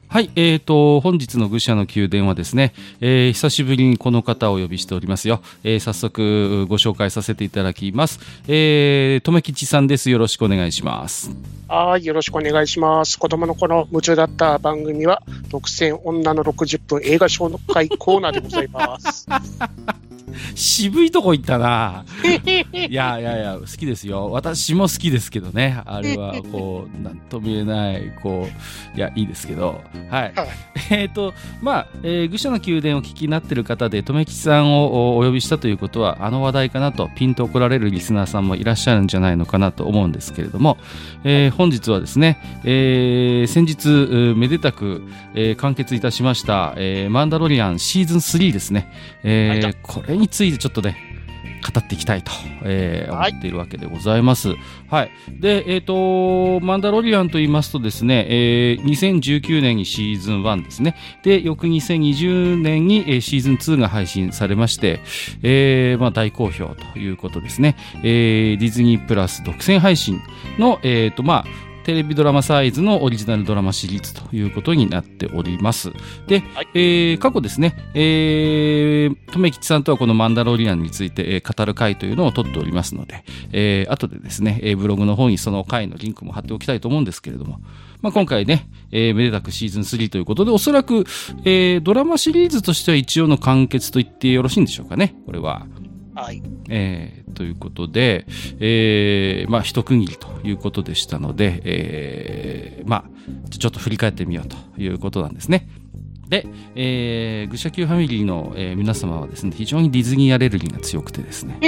はい、本日の愚者の宮殿はですね、久しぶりにこの方をお呼びしておりますよ。早速ご紹介させていただきます。とめきちさんです。よろしくお願いします。 はい、よろしくお願いします。子供の頃夢中だった番組は独占女の60分映画紹介コーナーでございます。 渋いとこ行ったな。いや好きですよ。私も好きですけどね。あれはこうなんとも言えないいいですけど、はい。愚者の宮殿を聞きになっている方でとめきちさんをお呼びしたということはあの話題かなとピンと怒られるリスナーさんもいらっしゃるんじゃないのかなと思うんですけれども、本日はですね、先日めでたく、完結いたしました、マンダロリアンシーズン3ですね。これについてちょっとね語っていきたいと、思っているわけでございます。はい。で、マンダロリアンと言いますとですね、2019年にシーズン1ですね。で、翌2020年に、シーズン2が配信されまして、大好評ということですね。ディズニープラス独占配信の、テレビドラマサイズのオリジナルドラマシリーズということになっております。で、過去ですね、とめきちさんとはこのマンダロリアンについて、語る回というのを撮っておりますので、後でですね、ブログの方にその回のリンクも貼っておきたいと思うんですけれども、今回ね、めでたくシーズン3ということで、おそらく、ドラマシリーズとしては一応の完結と言ってよろしいんでしょうかね、これは。 はい。 ということで、一区切りということでしたので、ちょっと振り返ってみようということなんですね。で、愚者級ファミリーの、皆様はですね、非常にディズニーアレルギーが強くてですね。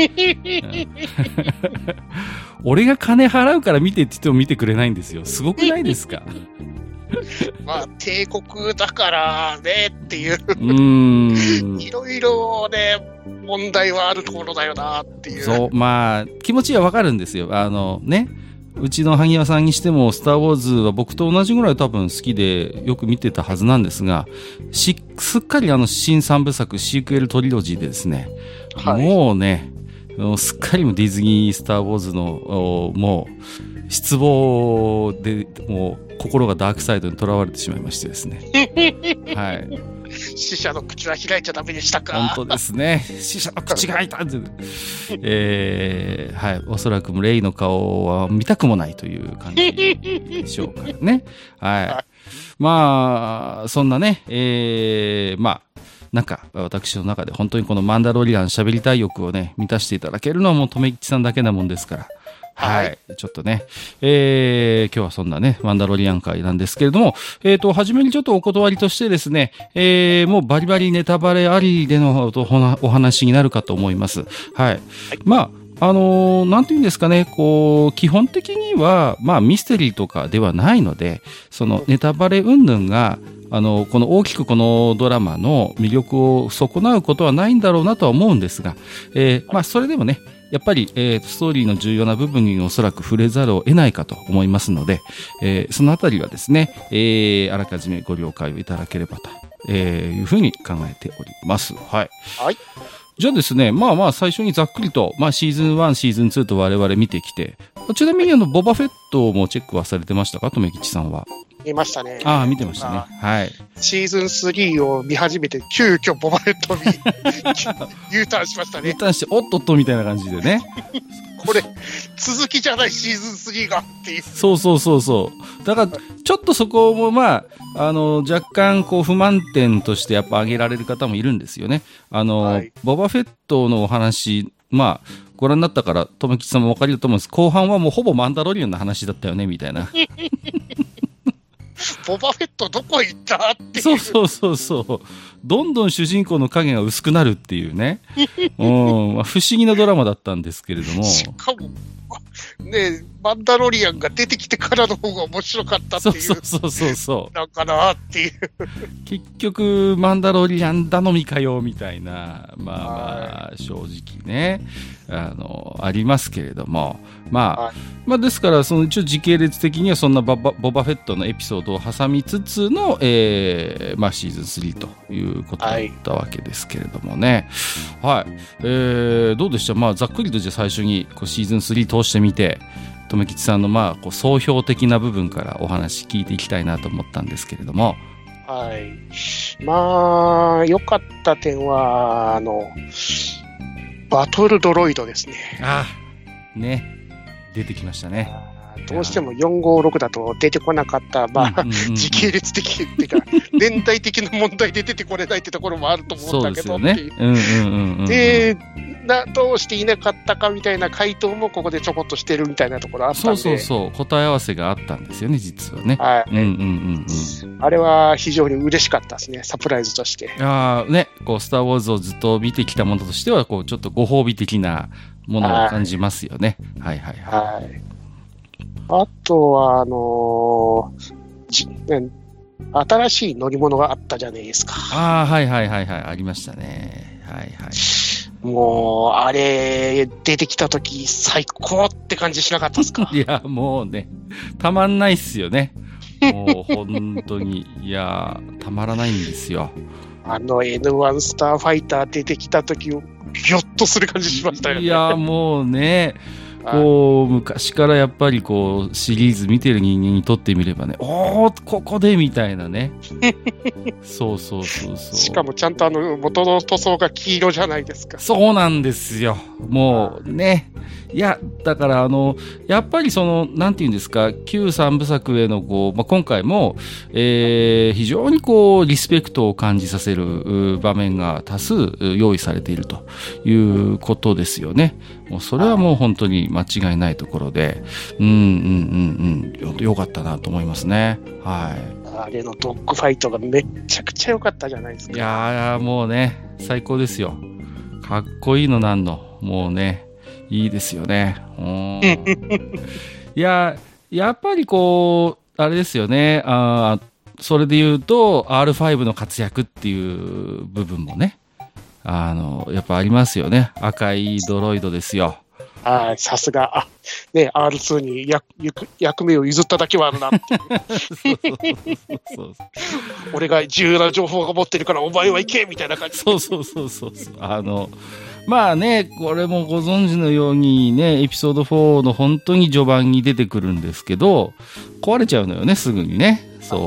俺が金払うから見てって言っても見てくれないんですよ。すごくないですか？ 帝国だからねっていう。いろいろね、問題はあるところだよなっていう。 そう、気持ちはわかるんですよ。うちの萩谷さんにしてもスターウォーズは僕と同じぐらい多分好きでよく見てたはずなんですが、すっかり新三部作シークエルトリロジーでですね、もうね、すっかりもディズニースターウォーズのもう失望でもう心がダークサイドにとらわれてしまいましてですね。はい。 死者の口は開いちゃダメでしたか。 本当ですね。死者の口が開いたって、はい。おそらくレイの顔は見たくもないという感じでしょうからね。はい。そんなね、なんか私の中で本当にこのマンダロリアン喋りたい欲をね満たしていただけるのはもうとめきちさんだけなもんですから。はい。ちょっとね、今日はそんなね、マンダロリアン会なんですけれども、初めにちょっとお断りとしてですね、もうバリバリネタバレありでのお話になるかと思います。はい。なんていうんですかね、基本的には、ミステリーとかではないので、そのネタバレ云々が、大きくこのドラマの魅力を損なうことはないんだろうなとは思うんですが、それでもね、やっぱり、ストーリーの重要な部分におそらく触れざるを得ないかと思いますので、そのあたりはですね、あらかじめご了解をいただければというふうに考えております。はい。はい。じゃあですね、最初にざっくりと、シーズン1、シーズン2と我々見てきて、ちなみにボバフェットもチェックはされてましたか、とめきちさんは。 見ましたね。 見てましたね。はい。 シーズン3を見始めて、急遽ボバフェットにU ターンしましたね。 U ターンして、おっとっとみたいな感じでね。 これ、続きじゃないシーズン3がっていう。 そう。だから、ちょっとそこも若干不満点としてやっぱ挙げられる方もいるんですよね。ボバフェットのお話、ご覧になったから、とめきちさんもわかると思うんです。後半はもうほぼマンダロリアンの話だったよね、みたいな。 ボバフェットどこ行ったっていう。 そう。どんどん主人公の影が薄くなるっていうね。不思議なドラマだったんですけれども。 しかも、ね、マンダロリアンが出てきてからの方が面白かったっていう。 そう。 だからっていう。 結局、マンダロリアン頼みかよ、みたいな、正直ね、ありますけれども。ですから、一応時系列的にはそんなボバフェットのエピソードを挟みつつの、シーズン3ということだったわけですけれどもね。はい。どうでした？ざっくりとじゃあ最初にシーズン3通してみて、とめきちさんの総評的な部分からお話聞いていきたいなと思ったんですけれども。 はい。まあ、良かった点は、バトルドロイドですね。 ああ、ね。出てきましたね。 どうしても456だと出てこなかった、まあ、時系列的っていうか、年代的な問題で出てこれないってところもあると思うんだけど、 そうですよね。 で、どうしていなかったかみたいな回答もここでちょこっとしてるみたいなところあったんで。 そう。答え合わせがあったんですよね、実はね。 はい。あれは非常に嬉しかったですね、サプライズとして。 ああ、ね、こう、スター・ウォーズをずっと見てきたものとしては、こう、ちょっとご褒美的なものを感じますよね。はい。 あとは、新しい乗り物があったじゃないですか。 ああ、はい。ありましたね。はい。 もう、あれ、出てきたとき、最高って感じしなかったですか？ いや、もうね、たまんないっすよね。もう、本当に。いや、たまらないんですよ。 N1 スターファイター出てきたとき、ギョッとする感じしましたよね。 いや、もうね、こう、昔からやっぱりこう、シリーズ見てる人間にとってみればね、ここでみたいなね。そう。 しかもちゃんと元の塗装が黄色じゃないですか。 そうなんですよ。もうね。いや、だからやっぱりなんていうんですか、旧三部作への今回も、非常にリスペクトを感じさせる場面が多数用意されているということですよね。もうそれはもう本当に間違いないところで、よかったなと思いますね。はい。 あれのドッグファイトがめちゃくちゃ良かったじゃないですか。 いやー、もうね、最高ですよ。かっこいいのなんの。もうね、いいですよね。いや、やっぱりあれですよね。それで言うと、R5 の活躍っていう部分もね、やっぱありますよね。赤いドロイドですよ。 さすが、R2 に役目を譲っただけはあるなってそう俺が重要な情報が持ってるからお前は行けみたいな感じ。 そう。まあね、これもご存知のようにね、エピソード4の本当に序盤に出てくるんですけど、壊れちゃうのよね、すぐにね。そう。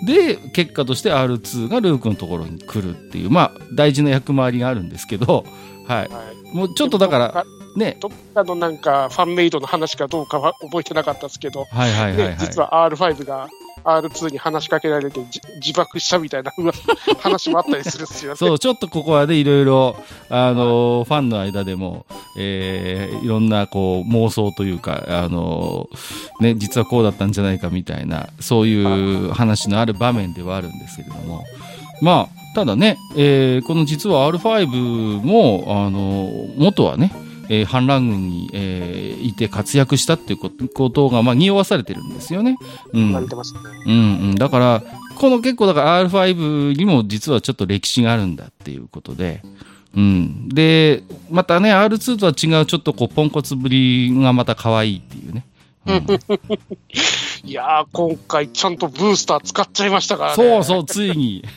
で、結果として R2 がルークのところに来るっていう、まあ、大事な役回りがあるんですけど、はい。もうちょっとだから、ね。 どっかのなんかファンメイドの話かどうかは覚えてなかったですけど、実は R5 が R2 に話しかけられて自爆したみたいな話もあったりするんですよね。 そう、ちょっとここはね、いろいろ、ファンの間でも、いろんな妄想というか、ね、実はこうだったんじゃないかみたいな、そういう話のある場面ではあるんですけれども、まあ、ただね、この実は R5 も、元はね、反乱軍に、いて活躍したっていうことが、まあ、匂わされてるんですよね。だから、結構だから R5 にも実はちょっと歴史があるんだっていうことで、で、またね、R2 とは違うちょっとポンコツぶりがまた可愛いっていうね。 いやー、今回ちゃんとブースター使っちゃいましたからね。 そう、ついに。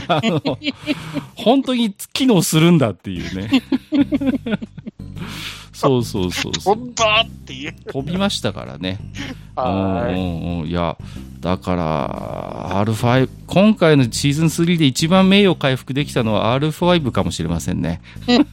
本当に機能するんだっていうね。そう。 飛んだっていう。 飛びましたからね。いや、だから、R5、今回のシーズン3で一番名誉回復できたのは R5 かもしれませんね。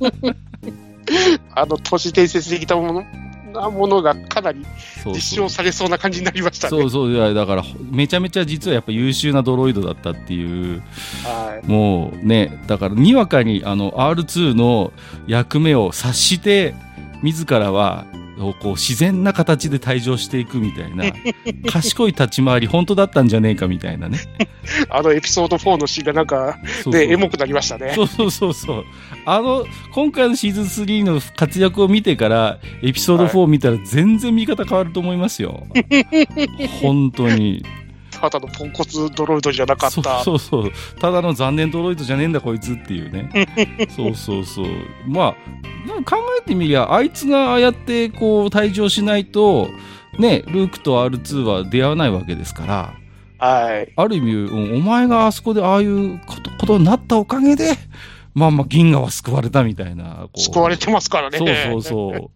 都市伝説的なものがかなり実証されそうな感じになりましたね。 いや、だからめちゃめちゃ実はやっぱ優秀なドロイドだったっていう、もうね、だからにわかにR2 の役目を察して自らは自然な形で退場していくみたいな賢い立ち回り本当だったんじゃねえかみたいなね。 エピソード4のシーンがなんかエモくなりましたね。 そう今回のシーズン3の活躍を見てからエピソード4を見たら全然見方変わると思いますよ。本当にただのポンコツドロイドじゃなかった。 そうただの残念ドロイドじゃねえんだこいつっていうね。そうまあ考えてみりゃあいつがああやって退場しないとね、ルークと R2 は出会わないわけですから、ある意味お前があそこでああいうことになったおかげでまあ銀河は救われたみたいな。 救われてますからね。 そう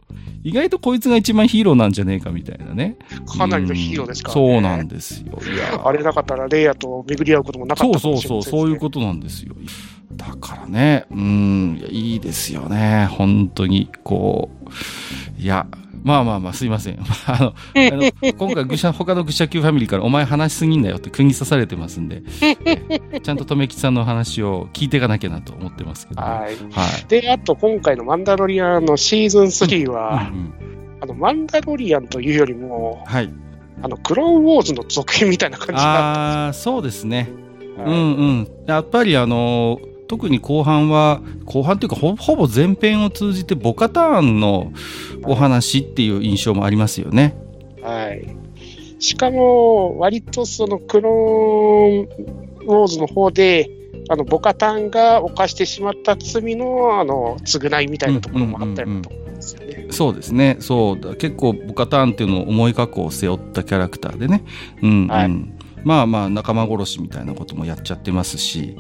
意外とこいつが一番ヒーローなんじゃねえかみたいなね。 かなりのヒーローですからね。 そうなんですよ。いやあれなかったらレイヤーと巡り合うこともなかったかもしれないですね。 そういうことなんですよ。だからね、いいですよね。本当に、こう。いや、まあ、すいません。今回他の愚者級ファミリーからお前話しすぎんなよって釘刺されてますんで、ちゃんと留吉さんの話を聞いていかなきゃなと思ってますけど、ね。はい。 で、あと今回のマンダロリアンのシーズン3は、マンダロリアンというよりも、はい。クローンウォーズの続編みたいな感じになってそうですね。やっぱり特に後半というかほぼ前編を通じてボカターンのお話っていう印象もありますよね。 はい。しかも割とそのクローンウォーズの方でボカターンが犯してしまった罪の償いみたいなところもあったりと思うんですよね。 そうですね。そう結構ボカターンっていうのを重い過去を背負ったキャラクターでね。はい。まあ仲間殺しみたいなこともやっちゃってますし、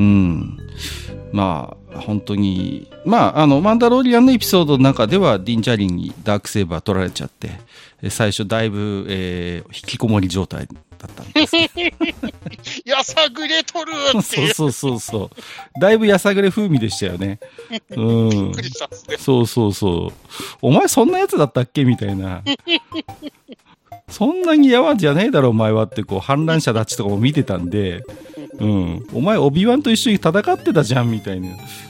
まあ本当にマンダロリアンのエピソードの中ではディン・ジャリンにダークセーバー取られちゃって最初だいぶ、引きこもり状態だったんですやさぐれとるってそうだいぶやさぐれ風味でしたよね。びっくりしたっすね。そうお前そんなやつだったっけみたいなそんなにやわんじゃねえだろお前はってこう反乱者たちとかも見てたんで、お前オビワンと一緒に戦ってたじゃんみたいな。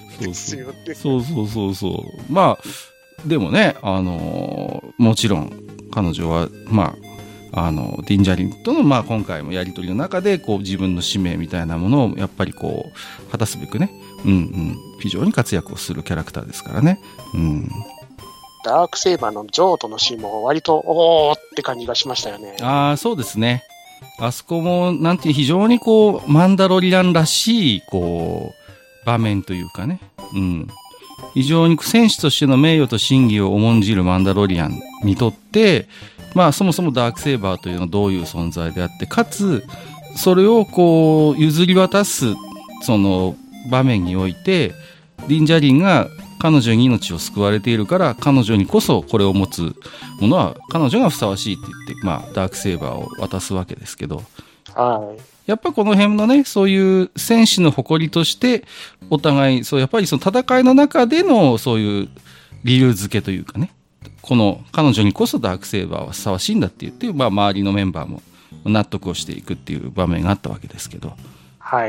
そうまあでもねもちろん彼女はディン・ジャリンとの今回もやり取りの中でこう自分の使命みたいなものをやっぱりこう果たすべくね、非常に活躍をするキャラクターですからね。 ダークセーバーのジョートのシーンも割とおーって感じがしましたよね。 そうですね。あそこもなんていう非常にこうマンダロリアンらしいこう場面というかね、非常に戦士としての名誉と真偽を重んじるマンダロリアンにとってそもそもダークセーバーというのはどういう存在であってかつそれをこう譲り渡すその場面においてディン・ジャリンが彼女に命を救われているから彼女にこそこれを持つものは彼女がふさわしいって言って、ダークセーバーを渡すわけですけど、やっぱこの辺のねそういう戦士の誇りとしてお互いそうやっぱりその戦いの中でのそういう理由付けというかねこの彼女にこそダークセーバーはふさわしいんだって言って、周りのメンバーも納得をしていくっていう場面があったわけですけど、 はい。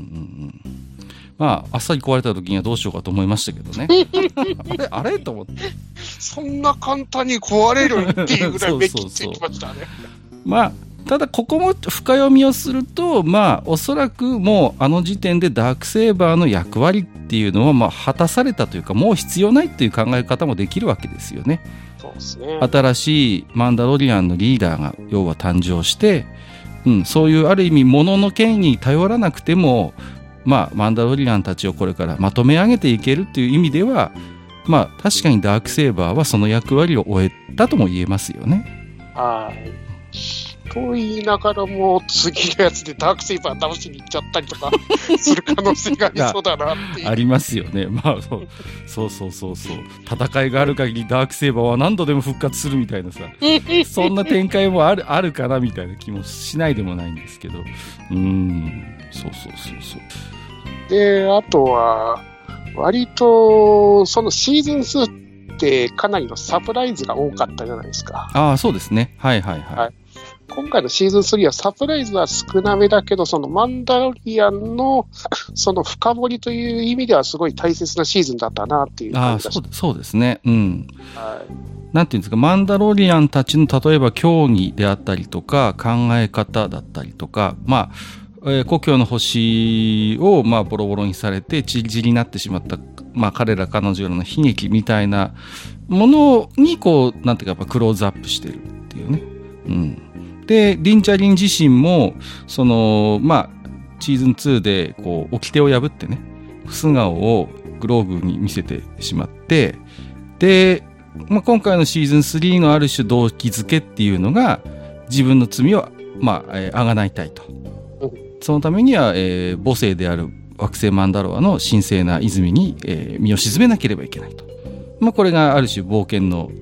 あっさり壊れた時にはどうしようかと思いましたけどね。あれと思って。 そんな簡単に壊れるっていうぐらいめっきついてきましたね。 ただここも深読みをすると、おそらくもうあの時点でダークセーバーの役割っていうのは果たされたというか、もう必要ないっていう考え方もできるわけですよね。 そうですね。 新しいマンダロリアンのリーダーが要は誕生して、そういうある意味物の権威に頼らなくても、マンダロリアンたちをこれからまとめ上げていけるっていう意味では、確かにダークセーバーはその役割を終えたとも言えますよね。 はい。と言いながらも次のやつでダークセーバー倒しに行っちゃったりとかする可能性がありそうだなっていうありますよね。そう戦いがある限りダークセーバーは何度でも復活するみたいなさそんな展開もあるかなみたいな気もしないでもないんですけど、そうで、あとは割とそのシーズン2ってかなりのサプライズが多かったじゃないですか。 そうですね。はい今回のシーズン3はサプライズは少なめだけど、そのマンダロリアンのその深掘りという意味ではすごい大切なシーズンだったなっていう感じがします。 そうですね。なんていうんですか、マンダロリアンたちの例えば競技であったりとか考え方だったりとか、故郷の星をボロボロにされて散り散りになってしまった、彼ら彼女らの悲劇みたいなものにこうなんていうかやっぱクローズアップしてるっていうね。でディン・ジャリン自身もそのシーズン2でこう掟を破ってね素顔をグローブに見せてしまって、で、今回のシーズン3のある種動機づけっていうのが自分の罪をあがないたいと。そのためには、母性である惑星マンダロアの神聖な泉に、身を沈めなければいけないと。これがある種冒険の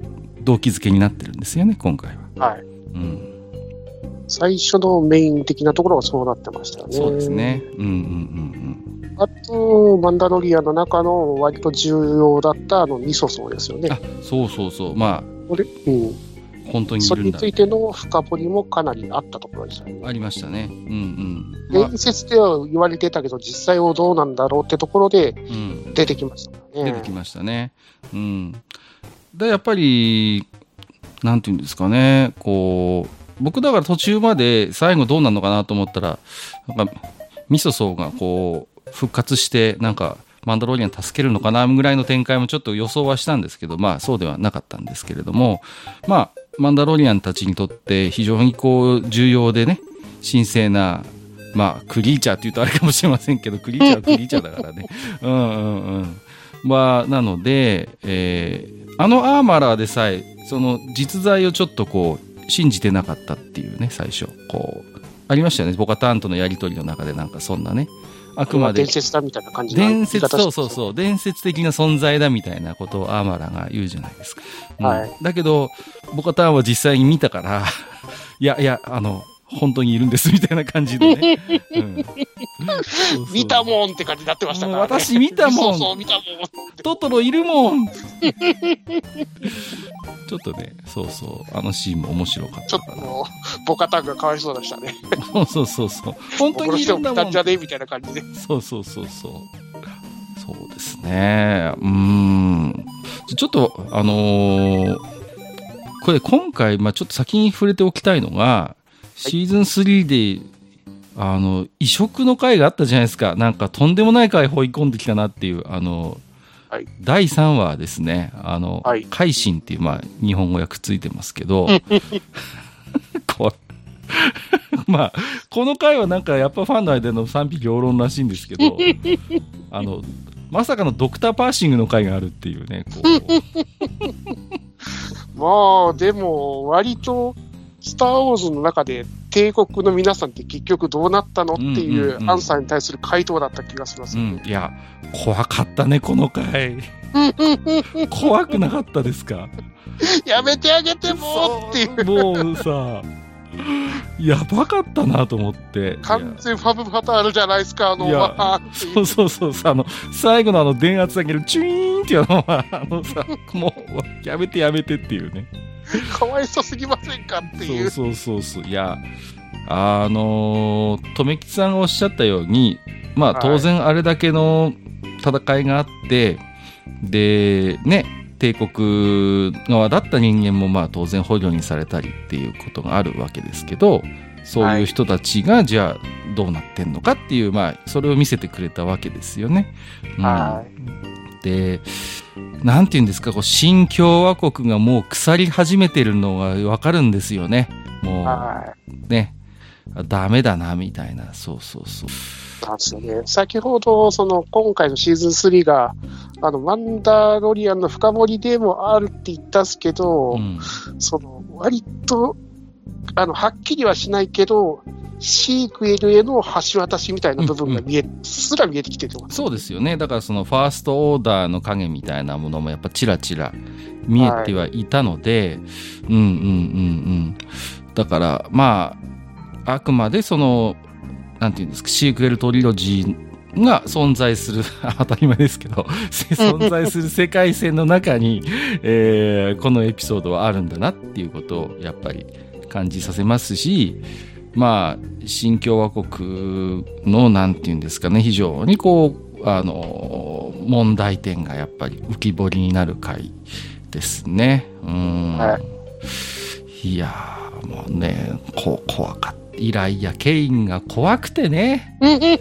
動機づけになってるんですよね、今回は。 はい。 うん。 最初のメイン的なところはそうなってましたよね。 そうですね。 あと、マンダロリアンの中の割と重要だったミソソーですよね。 そうそうそう。まあ、本当にいるんだ。 それについての深掘りもかなりあったところでしたね。 ありましたね。 伝説では言われてたけど、実際はどうなんだろうってところで出てきましたね。 出てきましたね。で、やっぱり、なんていうんですかね、こう、僕だから途中まで最後どうなるのかなと思ったら、なんかミソソーがこう復活してなんかマンダロリアン助けるのかなぐらいの展開もちょっと予想はしたんですけど、まあそうではなかったんですけれども、まあマンダロリアンたちにとって非常にこう重要でね、神聖なまあクリーチャーって言うとあれかもしれませんけど、クリーチャーはクリーチャーだからね。まあなので、アーマラーでさえその実在をちょっとこう信じてなかったっていうね、最初こうありましたよね、ボカタンとのやり取りの中でなんかそんなね、あくまで伝説だみたいな感じの言い方そう伝説的な存在だみたいなことをアーマラが言うじゃないですか。だけどボカタンは実際に見たからいや本当にいるんですみたいな感じでね、 見たもんって感じになってましたからね。 私見たもん、 そう見たもん、 トトロいるもんちょっとね、そうあのシーンも面白かったから、ちょっとボカタンがかわいそうでしたね。 そう本当にいるんだもん、 じゃねえみたいな感じで、 そうですね。ちょっとこれ今回、ちょっと先に触れておきたいのが、シーズン3で異色の回があったじゃないですか。なんかとんでもない回放り込んできたなっていう第3話ですね。海進っていう、日本語訳ついてますけどこの回はなんかやっぱファンの間の賛否両論らしいんですけどまさかのドクターパーシングの回があるっていうね、 まあでも割とスター・ウォーズの中で帝国の皆さんって結局どうなったのっていうアンサーに対する回答だった気がします、ね。 いや怖かったね、この回怖くなかったですか？ やめてあげてもっていう、 もうさやばかったなと思って。 完全ファブファタールじゃないですか、 そう最後の電圧上げるチュイーンっていうのはさ、もうやめてっていうねかわいそすぎませんかっていう。 そういや留吉さんがおっしゃったように、当然あれだけの戦いがあって、でね、帝国側だった人間も当然捕虜にされたりっていうことがあるわけですけど、そういう人たちがじゃあどうなってんのかっていう、それを見せてくれたわけですよね。で、なんていうんですか、新共和国がもう腐り始めてるのがわかるんですよね。もうね、ダメだなみたいな。そうなんですよね。先ほど今回のシーズン3がマンダロリアンの深掘りでもあるって言ったんですけど、割とはっきりはしないけどシークエルへの橋渡しみたいな部分がすら見えてきてると。 そうですよね。だからそのファーストオーダーの影みたいなものもやっぱチラチラ見えてはいたので、だからあくまでなんていうんですか、シークエルトリロジーが存在する当たり前ですけど存在する世界線の中に、このエピソードはあるんだなっていうことをやっぱり感じさせますし、新共和国のなんていうんですかね、非常に問題点がやっぱり浮き彫りになる回ですね。いやーもうね、怖かった。イライア・ケインが怖くてね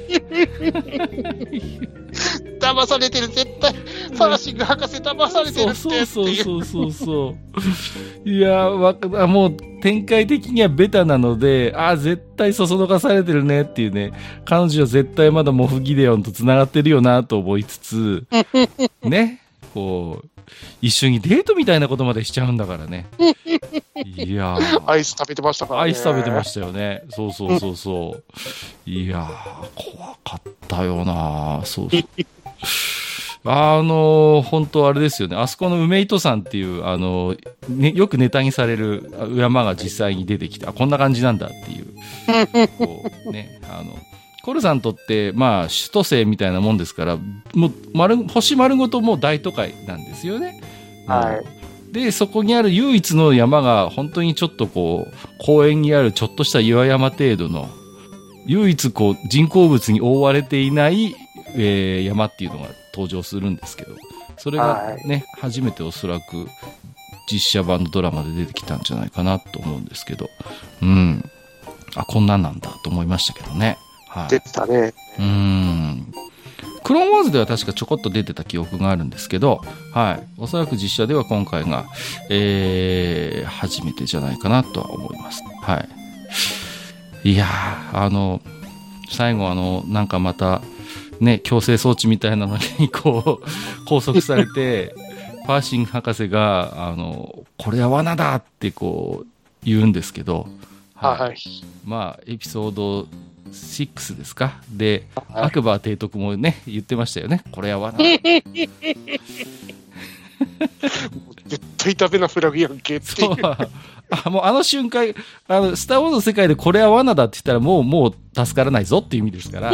騙されてる、絶対パーシング博士騙されてるって。 そういやもう展開的にはベタなので、絶対そそのかされてるねっていうね、彼女は絶対まだモフギデオンと繋がってるよなと思いつつね、一緒にデートみたいなことまでしちゃうんだからね。いやアイス食べてましたからね。 アイス食べてましたよね。そういや怖かったよな。 本当あれですよね。あそこの梅糸山っていう、ね、よくネタにされる山が実際に出てきて、こんな感じなんだっていう。こうね、コルさんとって、まあ、首都星みたいなもんですから、もう、星丸ごともう大都会なんですよね。 はい。 で、そこにある唯一の山が、本当にちょっとこう、公園にあるちょっとした岩山程度の、唯一こう、人工物に覆われていない、山っていうのが登場するんですけど、それがね、初めておそらく実写版のドラマで出てきたんじゃないかなと思うんですけど、うん。こんなんなんだと思いましたけどね。はい。 出てたね。 クローンウォーズでは確かちょこっと出てた記憶があるんですけど、はい。おそらく実写では今回が、初めてじゃないかなとは思います。はい。いやー、最後なんかまた、ね、強制装置みたいなのに、こう、拘束されて、パーシン博士が、これは罠だってこう、言うんですけど、 はい。 まあ、エピソード6ですかで、アクバー提督もね、言ってましたよね。これは罠だ。 絶対ダメなフラグやんけっていう。 もう瞬間、スターウォーズの世界でこれは罠だって言ったらもう助からないぞっていう意味ですから。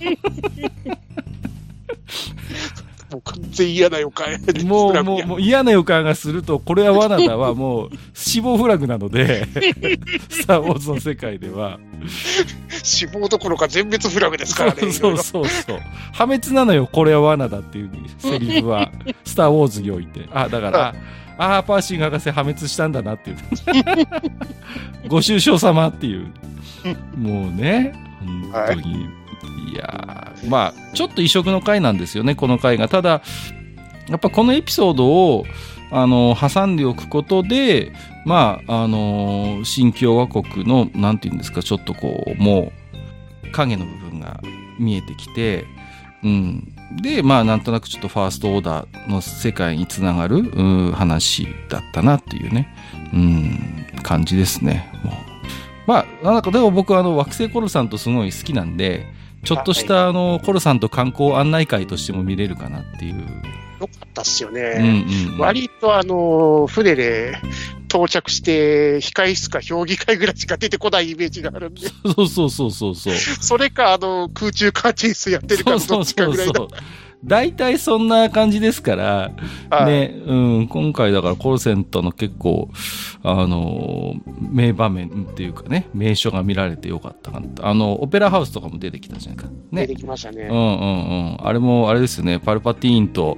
もう完全嫌な予感。 もう嫌な予感がすると、これは罠だはもう死亡フラグなので、スターウォーズの世界では。 死亡どころか全滅フラグですからね。 そう。破滅なのよ、これは罠だっていうセリフは、スターウォーズにおいて。だから、パーシン博士破滅したんだなっていう。ご愁傷様っていう。もうね、本当に。いやー、まあ、ちょっと異色の回なんですよね、この回が。ただ、やっぱこのエピソードを、挟んでおくことで、まあ、新共和国の、なんていうんですか、ちょっとこう、もう、影の部分が見えてきて、で、まあ、なんとなくちょっとファーストオーダーの世界につながる、話だったなっていうね、感じですね。もうまあ、なんかでも僕は惑星コルさんとすごい好きなんで、ちょっとしたコルさんと観光案内会としても見れるかなっていう。 よかったっすよね。割と船で到着して、控室か評議会ぐらいしか出てこないイメージがあるんで。 そう。 それか、空中カーチェイスやってるかどっちかぐらいだ。 大体そんな感じですから、ね、今回だからコルセントの結構、名場面っていうかね、名所が見られてよかったかなと。オペラハウスとかも出てきたじゃないか。ね。 出てきましたね。 あれも、あれですよね、パルパティーンと、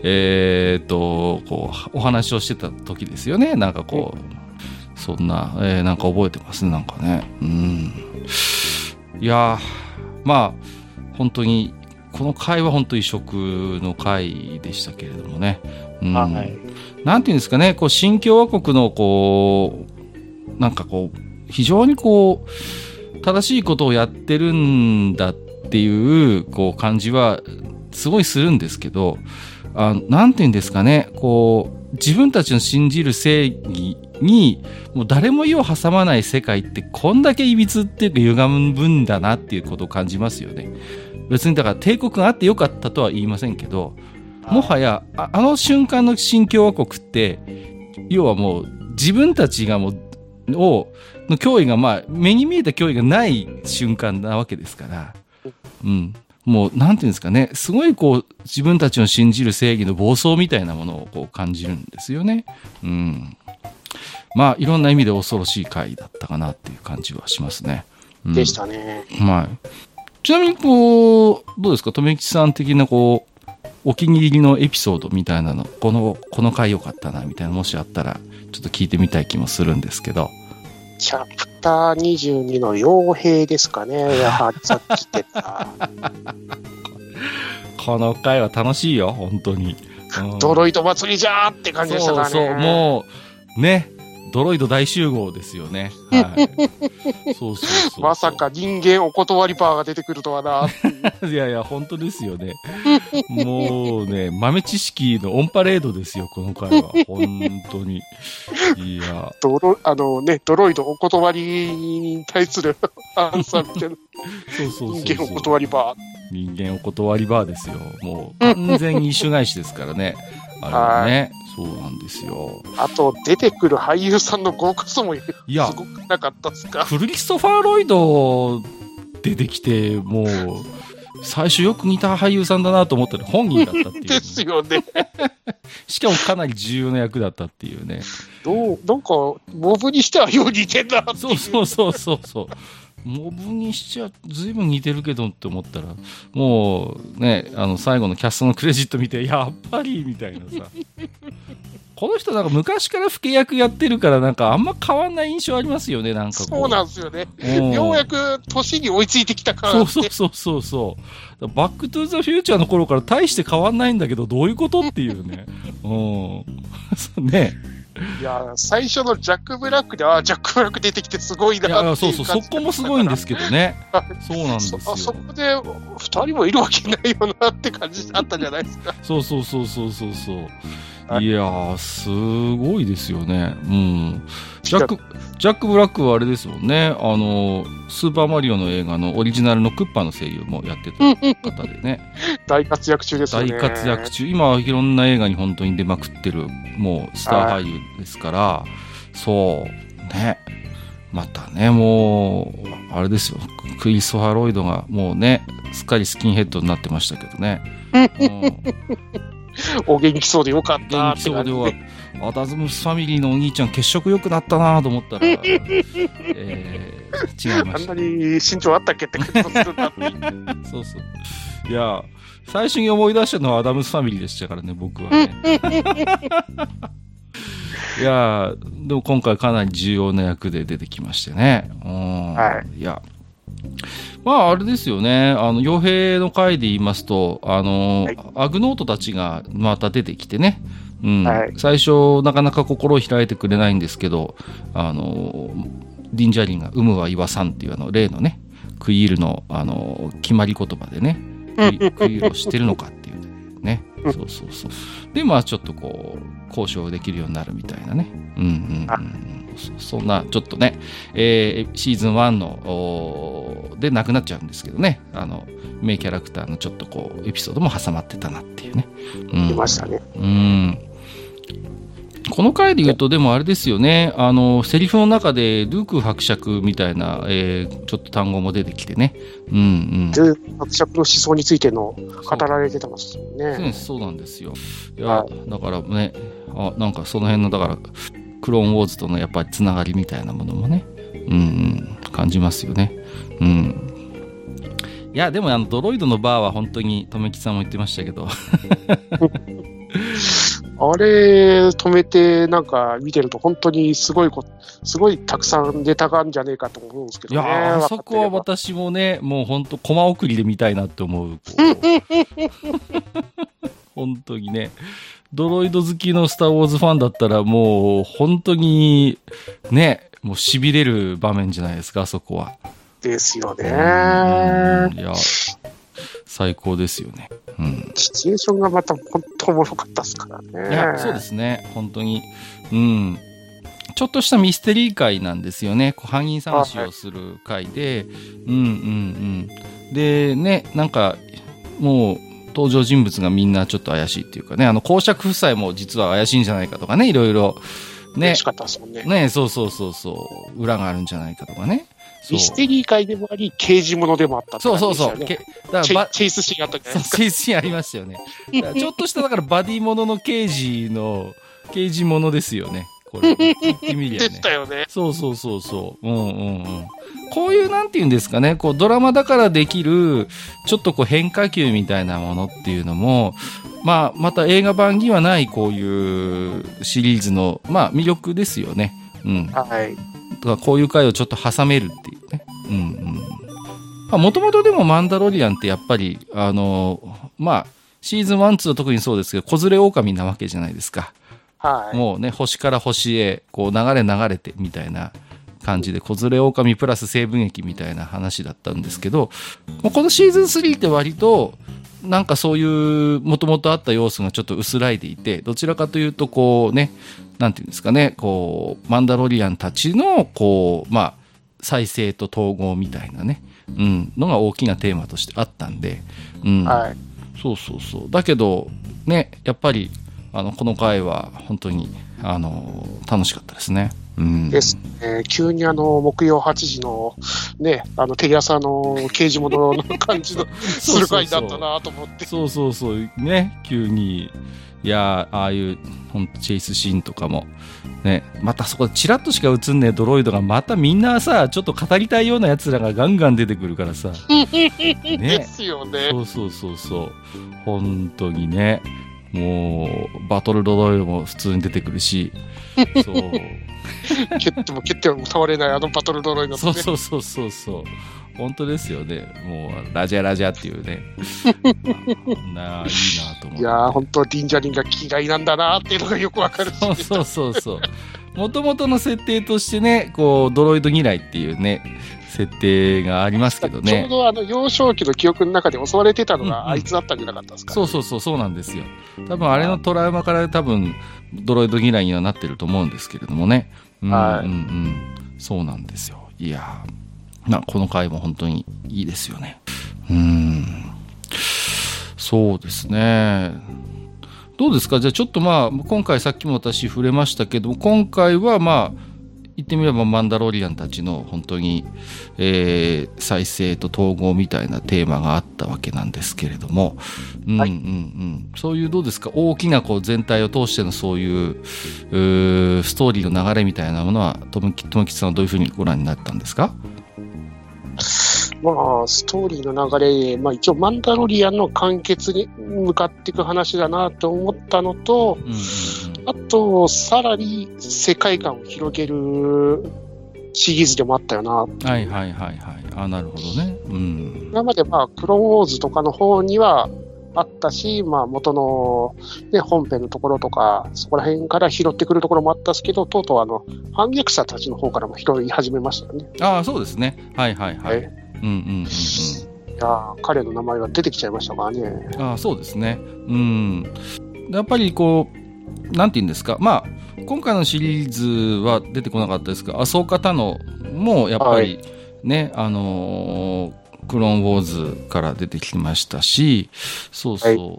こう、お話をしてた時ですよね。なんかこう、そんな、なんか覚えてますね、なんかね。いやー、まあ、本当に、この回は本当異色の回でしたけれどもね。なんていうんですかね、こう、新共和国の、こう、なんかこう、非常にこう、正しいことをやってるんだっていう、こう、感じは、すごいするんですけど、なんていうんですかね、こう、自分たちの信じる正義に、もう誰も意を挟まない世界って、こんだけ歪っていうか歪むんだなっていうことを感じますよね。別にだから帝国があってよかったとは言いませんけど、もはやあの瞬間の新共和国って要はもう自分たちがもうの脅威がまあ目に見えた脅威がない瞬間なわけですから、もうなんていうんですかね、すごいこう自分たちの信じる正義の暴走みたいなものをこう感じるんですよね。まあいろんな意味で恐ろしい回だったかなっていう感じはしますね。 でしたね。 ちなみにこうどうですか、留吉さん的なこうお気に入りのエピソードみたいなの、この回良かったなみたいな、もしあったらちょっと聞いてみたい気もするんですけど。 チャプター22の傭兵ですかね。やはりさっき言ってた。 この回は楽しいよ本当に。 ドロイド祭りじゃーって感じでしたからね。 そうもうね。ドロイド大集合ですよね。そうまさか人間お断りパワーが出てくるとはな。 いや本当ですよね。もうね、豆知識のオンパレードですよこの回は本当に。いや、 ドロイドお断りに対するアンサーみたいな。人間お断りパワー。 人間お断りバーですよ。もう完全に一種返しですからね。あれはね。そうなんですよ。 あと、出てくる俳優さんの豪華さもすいやごくなかったですか。 クリストファー・ロイド出てきて、もう、最初よく似た俳優さんだなと思ったら本人だったっていう。 ですよね。 しかもかなり重要な役だったっていうね。 なんか、モブにしてはよう似てんなっていう。 そう。モブにしちゃ随分似てるけどって思ったら、もうね、最後のキャストのクレジット見て、やっぱりみたいなさ。この人なんか昔から老け役やってるからなんかあんま変わんない印象ありますよね、なんかこう。 そうなんですよね。ようやく年に追いついてきたからって。 そう。バックトゥーザフューチャーの頃から大して変わんないんだけど、どういうことっていうね。ね。 いや、最初のジャック・ブラックで、ジャック・ブラック出てきてすごいなっていう感じ。 そう、そこもすごいんですけどね。そうなんですよ。 そこで、二人もいるわけないよなって感じあったじゃないですか。 そう。いやー、すごいですよね。うん。ジャック・ブラックはあれですもんね。スーパーマリオの映画のオリジナルのクッパの声優もやってた方でね。 大活躍中ですよね。 大活躍中。今、いろんな映画に本当に出まくってる、もう、スター俳優ですから、そう、ね。またね、もう、あれですよ。クリストファー・ロイドが、もうね、すっかりスキンヘッドになってましたけどね。 お元気そうでよかったって感じで。 アダムスファミリーのお兄ちゃん血色良くなったなと思ったら、違いました。 あんなに身長あったっけって感じするなって。 そう。いや、最初に思い出したのはアダムスファミリーでしたからね、僕はね。いや、でも今回かなり重要な役で出てきましてね。いや、まああれですよね。傭兵の回で言いますと、アグノートたちがまた出てきてね。最初なかなか心を開いてくれないんですけど、ディンジャリンが有無は言わさんっていう例のね、クイールの決まり言葉でね、クイールをしてるのかっていうね。そう。で、まあちょっとこう、交渉できるようになるみたいなね。そんな、ちょっとね、シーズン1の、でなくなっちゃうんですけどね。名キャラクターのちょっとこう、エピソードも挟まってたなっていうね。 いましたね。 この回で言うと、でもあれですよね。セリフの中で、ルーク伯爵みたいな、ちょっと単語も出てきてね。ルーク伯爵の思想についての語られてたんですよね。 そうなんですよ。いや、だからね、なんかその辺の、だから、クローンウォーズとのやっぱりつながりみたいなものもね、感じますよね。いや、でもドロイドのバーは本当に、とめきさんも言ってましたけど。 あれ止めてなんか見てると本当にすごいたくさんネタがあるんじゃねえかと思うんですけどね。 いや、あそこは私もね、もう本当コマ送りで見たいなって思う。本当にね。ドロイド好きのスターウォーズファンだったらもう本当にね、もう痺れる場面じゃないですか、あそこは。 ですよね。 いや、最高ですよね。 シチュエーションがまた本当おもろかったですからね。 いや、そうですね。本当に。ちょっとしたミステリー回なんですよね。犯人探しをする回で。で、ね、なんか、もう、登場人物がみんなちょっと怪しいっていうかね、公爵夫妻も実は怪しいんじゃないかとかね、いろいろ。ね。 怪しかったですもんね。 ね、そう。裏があるんじゃないかとかね。 ミステリー界でもあり、刑事物でもあったって感じですよね。 だからチェイスシーンあったじゃないですか。 チェイスシーンありましたよね。ちょっとしただからバディものの刑事ものですよね。これ言ってみりゃね。 でしたよね。 そう。こういうなんていうんですかね、こうドラマだからできるちょっとこう変化球みたいなものっていうのも、また映画版にはないこういうシリーズの魅力ですよね。 はい。 こういう回をちょっと挟めるっていうね。もともとでもマンダロリアンってやっぱり、シーズン1、2は特にそうですけど、子連れ狼なわけじゃないですか。 はい。 もうね、星から星へ、こう流れてみたいな感じで、子連れ狼プラス西部劇みたいな話だったんですけど、このシーズン3って割と、なんかそういうもともとあった要素がちょっと薄らいでいて、どちらかというとこうね、なんていうんですかね、こう、マンダロリアンたちの、こう、再生と統合みたいなね、 うん、のが大きなテーマとしてあったんで、うん、 はい。 そうそうそう。だけどね、やっぱりこの回は本当に楽しかったですね。うん、 ですね。急に木曜8時のね、テレ朝の刑事物の感じのする回だったなと思って。 そうそうそうね、急に。いやああいう本当チェイスシーンとかもね、またそこでチラッとしか映んねえドロイドがまたみんなさちょっと語りたいようなやつらがガンガン出てくるからさね、 ですよね。 そうそうそうそう本当にね、もうバトルドロイドも普通に出てくるしそう蹴っても倒れないバトルドロイド、ね、 そうそうそうそうそう本当ですよね。もうラジャラジャっていうねいいなと思って。 いやー本当リンジャリンが嫌いなんだなっていうのがよくわかるし、 そうそうそうもともとの設定としてね、こうドロイド嫌いっていうね設定がありますけどね。 ちょうど幼少期の記憶の中で襲われてたのがあいつだったんじゃなかったですか、 そうそうそうそうなんですよ。多分あれのトラウマから多分ドロイド嫌いにはなってると思うんですけれどもね。はい、うんうん、そうなんですよ。いやこの回も本当にいいですよね。そうですね。どうですか。じゃあちょっと今回さっきも私触れましたけども、今回は言ってみればマンダロリアンたちの本当に、再生と統合みたいなテーマがあったわけなんですけれども、はい、そういうどうですか、大きな全体を通してのそういうストーリーの流れみたいなものは友吉さんはどういうふうにご覧になったんですか。 ストーリーの流れ、一応マンダロリアンの完結に向かっていく話だなと思ったのと、あとさらに世界観を広げるシリーズでもあったよな。はいはいはいはい。なるほどね。 今までクローンウォーズとかの方にはあったし、元の、ね、本編のところとかそこら辺から拾ってくるところもあったんですけど、とうとう反逆者たちの方からも拾い始めましたよね。 そうですね。はいはいはい。いや彼の名前が出てきちゃいましたからね。 そうですね。やっぱりなんていうんですか、今回のシリーズは出てこなかったですが、アソーカタノもやっぱりね、クローンウォーズから出てきましたし、そうそう、はい、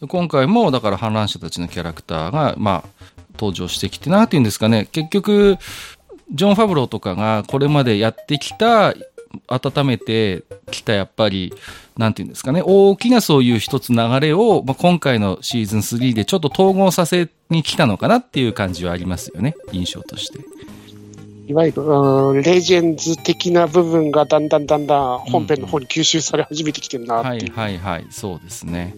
今回もだから反乱者たちのキャラクターが登場してきて、なんていうんですかね、結局ジョン・ファブローとかがこれまでやってきた温めてきたやっぱりなんていうんですかね、大きなそういう一つ流れを、今回のシーズン3でちょっと統合させに来たのかなっていう感じはありますよね、印象として。 いわゆるレジェンズ的な部分がだんだん本編の方に吸収され始めてきてるなっていう、 はいはいはい、そうですね。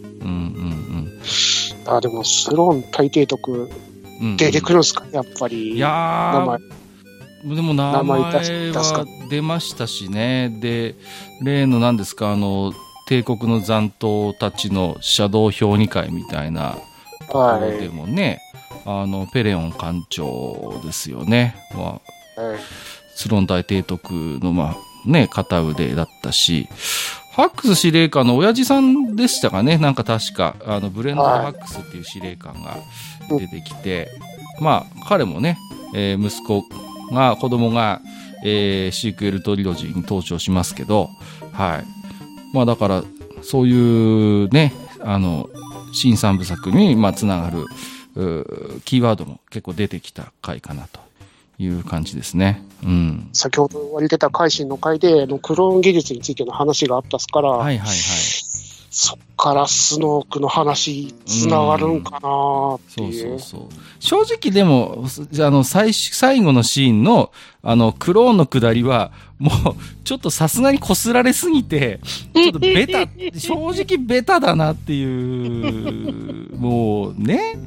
でもスローン大帝徳出てくるんですか、やっぱり。 いやでも名前は出ましたしね。で例の何ですか、帝国の残党たちのシャドウ評議会みたいなところでもね、ペレオン艦長ですよね、スローン大帝徳の片腕だったし、ハックス司令官の親父さんでしたかね、なんか確かブレンド・ハックスっていう司令官が出てきて、彼もね、子供が、シークエルトリロジーに登場しますけど、はい、だからそういうね、新三部作につながるキーワードも結構出てきた回かなという感じですね。 先ほど言われてた改新の回でクローン技術についての話があったっすから、はいはいはい、そっからスノークの話つながるんかなっていう。 そう正直でも最後のシーンのクローンの下りはもうちょっとさすがに擦られすぎてちょっとベタ正直ベタだなっていうもうね。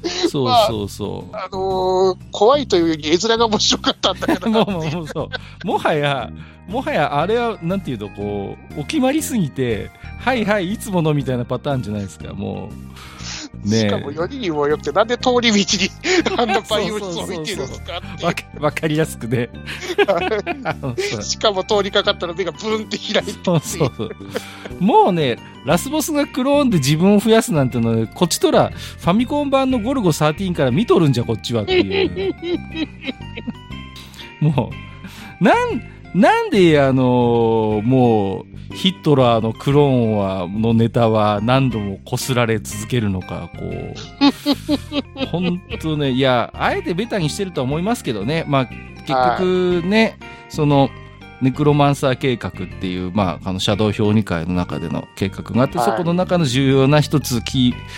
怖いというより絵面が面白かったんだけどもはやあれはなんていうとお決まりすぎてはいはいいつものみたいなパターンじゃないですか。もうね、 しかもよりにもよってなんで通り道にあんなバイオリスを見てるんですかってわかりやすくねしかも通りかかったら目がブンって開いてそうもうね、ラスボスがクローンで自分を増やすなんてのはこっちとらファミコン版のゴルゴ13から見とるんじゃこっちはっていうもうなんでもう、ヒットラーのクローンのネタは何度も擦られ続けるのか、こう。ほんとね、いや、あえてベタにしてるとは思いますけどね。まあ、結局ね、ネクロマンサー計画っていう、まあ、シャドウ評議会の中での計画があって、そこの中の重要な一つ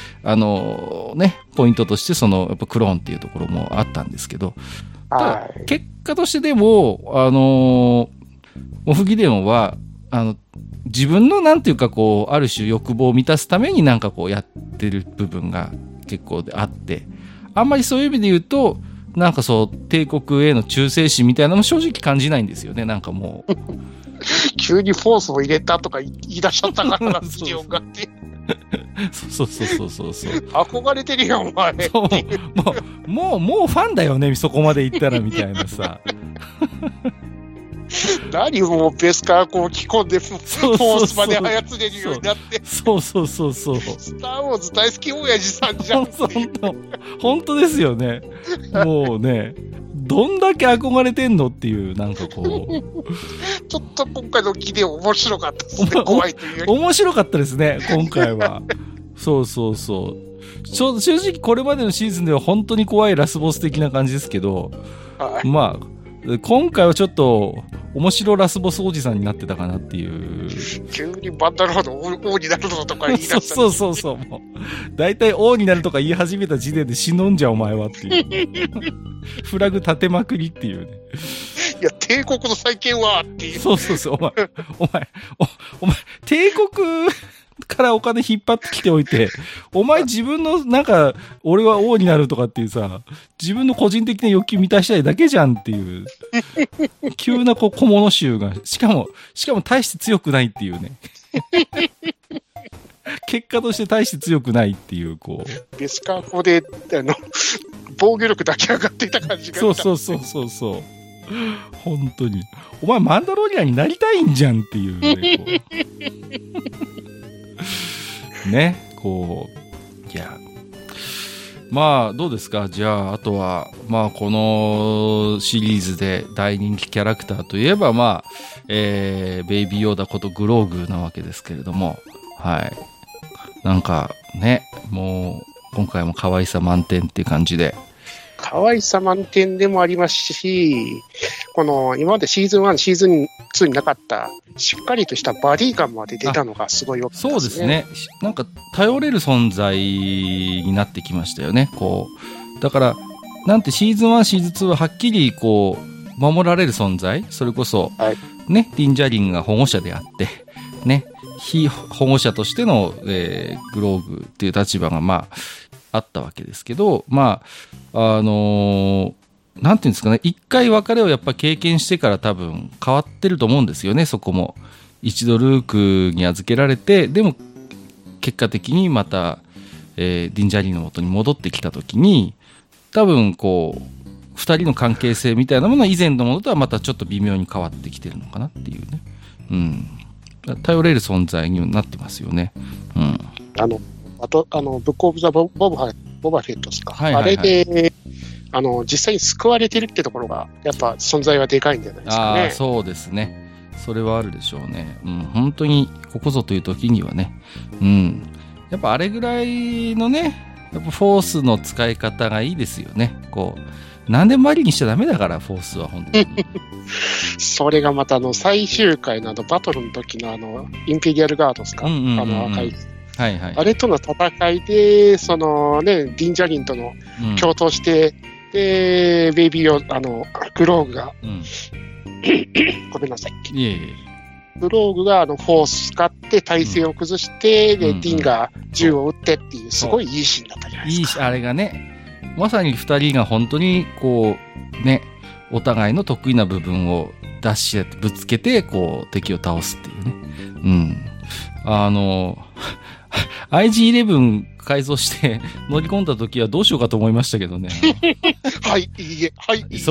ポイントとして、やっぱクローンっていうところもあったんですけど、ただ結果としてでも、モフギデオンは、自分のなんていうかこう、ある種欲望を満たすためになんかこうやってる部分が結構であって、あんまりそういう意味で言うと、なんか帝国への忠誠心みたいなのも正直感じないんですよね、なんかもう。 急にフォースを入れたとか言い出しちゃったからな、ギデオンがって。 そう。 憧れてるよ、お前。 もうファンだよね、そこまで行ったらみたいなさ。 何もベスカーこう着込んでフォースまで操れるようになって。 そう。 スターウォーズ大好き親父さんじゃんっていう。 本当ですよね。もうね、どんだけ憧れてんのっていう、なんかこう。 ちょっと今回のギデオン面白かったですね、怖いというより。 面白かったですね、今回は。そう。正直これまでのシーズンでは本当に怖いラスボス的な感じですけど、 はい、 まあ、今回はちょっと面白ラスボスおじさんになってたかなっていう。 急にバンダロード王になるのとか言い出した、 そう。もう大体王になるとか言い始めた時点で死ぬんじゃお前はっていう。フラグ立てまくりっていうね。 いや、帝国の再建はっていう。 そう。お前、帝国からお金引っ張ってきておいて、お前自分のなんか、俺は王になるとかっていうさ、自分の個人的な欲求満たしたいだけじゃんっていう、急な小物衆が、しかも大して強くないっていうね。結果として大して強くないっていう、こう。 ベスカー法で、防御力だけ上がっていた感じが。 そう。本当に。お前マンダロリアンになりたいんじゃんっていうね、ね、こう、いや、まあ、どうですか？じゃあ、あとは、まあ、このシリーズで大人気キャラクターといえば、まあ、ベイビーヨーダことグローグなわけですけれども、はい。なんか、ね、もう、今回も可愛さ満点っていう感じで。 可愛さ満点でもありますし、この今までシーズン1、シーズン2になかったしっかりとしたバディ感まで出たのがすごい良かったですね。 そうですね。なんか頼れる存在になってきましたよね。こうだからなんてシーズン1、シーズン2ははっきりこう守られる存在、それこそ、 はい、 ね、ディンジャリンが保護者であってね、非保護者としての、グローグっていう立場がまああったわけですけど、まあなんていうんですかね、一回別れをやっぱ経験してから多分変わってると思うんですよね。そこも一度ルークに預けられて、でも結果的にまた、ディンジャリーの元に戻ってきた時に多分こう二人の関係性みたいなものは以前のものとはまたちょっと微妙に変わってきてるのかなっていうね、うん、頼れる存在になってますよね。うん、 あとブックオブザボバフェットですか、はいはいはい、あれで実際に救われてるってところがやっぱ存在はでかいんじゃないですかね。 あ、そうですね、それはあるでしょうね。うん、本当にここぞという時にはね、うん、やっぱあれぐらいのね、やっぱフォースの使い方がいいですよね。こう何でもありにしちゃダメだから、フォースは本当にそれがまた最終回のバトルの時のインペリアルガードですか、赤い、はいはい、あれとの戦いでそのねディンジャリンとの共闘して、でベイビーをグローグが、ごめんなさい、グローグがフォース使って体勢を崩して、でディンが銃を撃ってっていうすごいいいシーンだったじゃないですか。いいし、 あれがね、まさに2人が本当にこうね、お互いの得意な部分を出し合ってぶつけてこう敵を倒すっていうね。うん。IG-11 改造して乗り込んだ時はどうしようかと思いましたけどね。 はい、いいえ、はい、いいえ。 そう。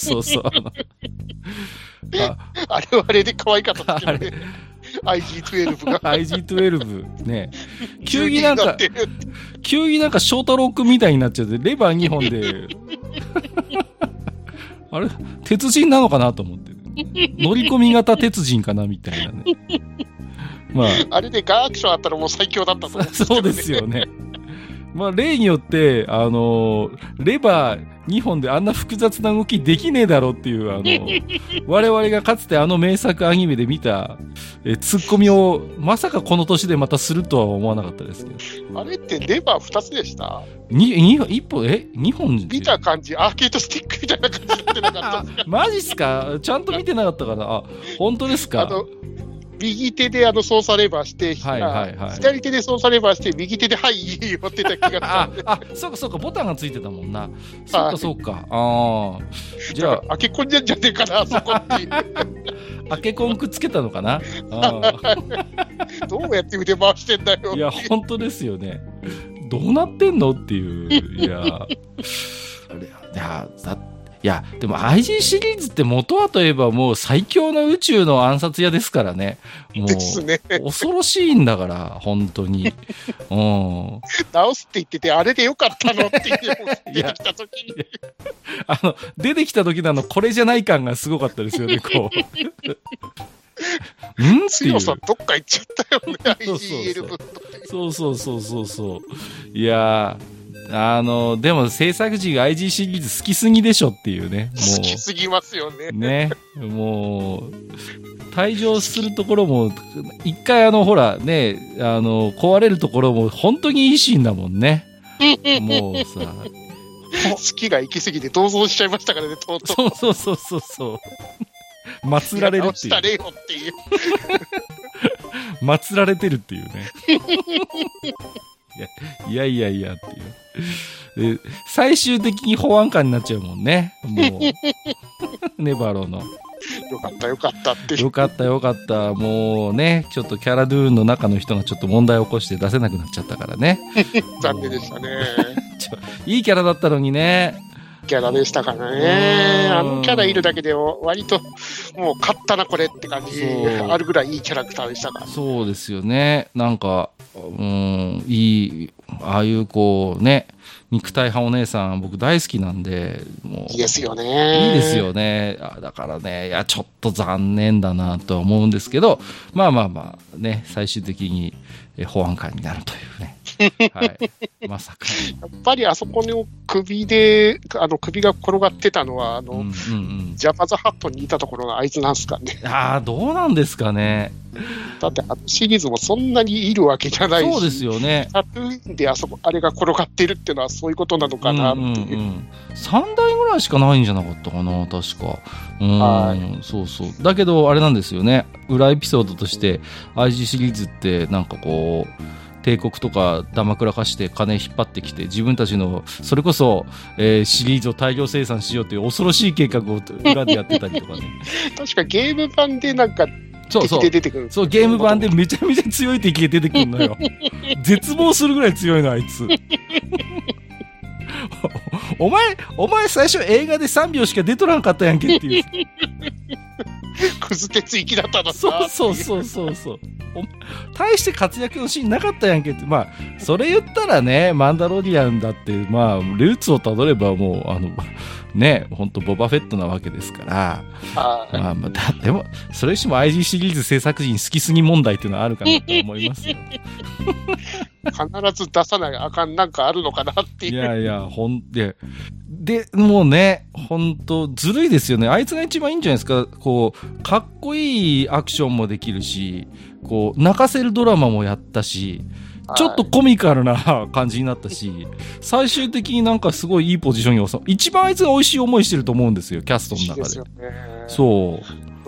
あれはあれで可愛かったですけどね。IG-12 が。 IG-12 ね。急になんか翔太郎くんみたいになっちゃって、レバー2本で。あれ鉄人なのかなと思って。 乗り込み型鉄人かなみたいなね。まあ。 あれでガーアクションあったらもう最強だったと思うんですけどね。 そうですよね。まあ、例によって、レバー2本であんな複雑な動きできねえだろっていう、我々がかつて名作アニメで見た、ツッコミを、まさかこの年でまたするとは思わなかったですけど。 あれってレバー2つでした？ 1本、2本見た感じ、アーケードスティックみたいな感じになってなかったですか？ マジっすか？ちゃんと見てなかったかな。あ、本当ですか？ 右手で操作レバーして、左手で操作レバーして、右手ではい、寄ってた気がした。 そうか、ボタンがついてたもんな。そうか。ああ。じゃあ、 開け込んじゃんじゃねえかな、そこっていう。 開け込んくっつけたのかな。 どうやって腕回してんだよ。 いや、本当ですよね。どうなってんのっていう。いや、でも IG シリーズって元はといえばもう最強の宇宙の暗殺屋ですからね。もう、恐ろしいんだから、本当に。 直すって言ってて、あれでよかったのって出てきたときに。 出てきた時のこれじゃない感がすごかったですよね、こう。 強さどっか行っちゃったよね、IGL 分。 そう。いやー、でも制作陣が IG シリーズ好きすぎでしょっていうね。 もう好きすぎますよね。 ね。もう、退場するところも、一回ほらね、壊れるところも本当にいいシーンだもんね。もうさ。 好きが行き過ぎて銅像しちゃいましたからね、とうとう。そう。祀られるっていう。祀られてるっていうね。いやっていう。で、最終的に保安官になっちゃうもんね。もう。ネバロの。 よかったって。 よかった。もうね、ちょっとキャラドゥーンの中の人がちょっと問題を起こして出せなくなっちゃったからね。 残念でしたね。 いいキャラだったのにね。 キャラでしたからね。あのキャラいるだけで割ともう勝ったなこれって感じあるぐらいいいキャラクターでしたから。 そうですよね。なんか、いい、ああいうこうね、肉体派お姉さん僕大好きなんで、もう。 いいですよね。 いいですよね。だからね、いや、ちょっと残念だなとは思うんですけど、まあね、最終的に保安官になるというね。はい、まさかやっぱりあそこの首で首が転がってたのはジャパザハットにいたところがあいつなんすかね。 どうなんですかね。 だってシリーズもそんなにいるわけじゃないし、 そうですよね。 タトゥーンであれが転がってるっていうのはそういうことなのかなっていう、 3台ぐらいしかないんじゃなかったかな、確か。そう。だけどあれなんですよね、裏エピソードとして IG シリーズってなんかこう帝国とかダマくらかして金引っ張ってきて自分たちのそれこそ、シリーズを大量生産しようという恐ろしい計画を裏でやってたりとかね。 確かゲーム版でなんか敵で出てくる。 そう、ゲーム版でめちゃめちゃ強い敵が出てくるのよ。絶望するぐらい強いのあいつ。お前最初映画で3秒しか出とらんかったやんけっていう。 クズ鉄域だったのさ。そう。大して活躍のシーンなかったやんけって。まあ、それ言ったらね、マンダロリアンだって、まあ、ルーツをたどればもう、ね、ほんとボバフェットなわけですから。でも、それにしても IG シリーズ制作陣好きすぎ問題っていうのはあるかなと思いますよ。 必ず出さないあかんなんかあるのかなっていう。 いや、で、もうね、ほんと、ずるいですよね。あいつが一番いいんじゃないですか。こう、かっこいいアクションもできるし、こう、泣かせるドラマもやったし、ちょっとコミカルな感じになったし、最終的になんかすごいいいポジションに収まる。一番あいつが美味しい思いしてると思うんですよ、キャストの中で。 ですよね。 そう。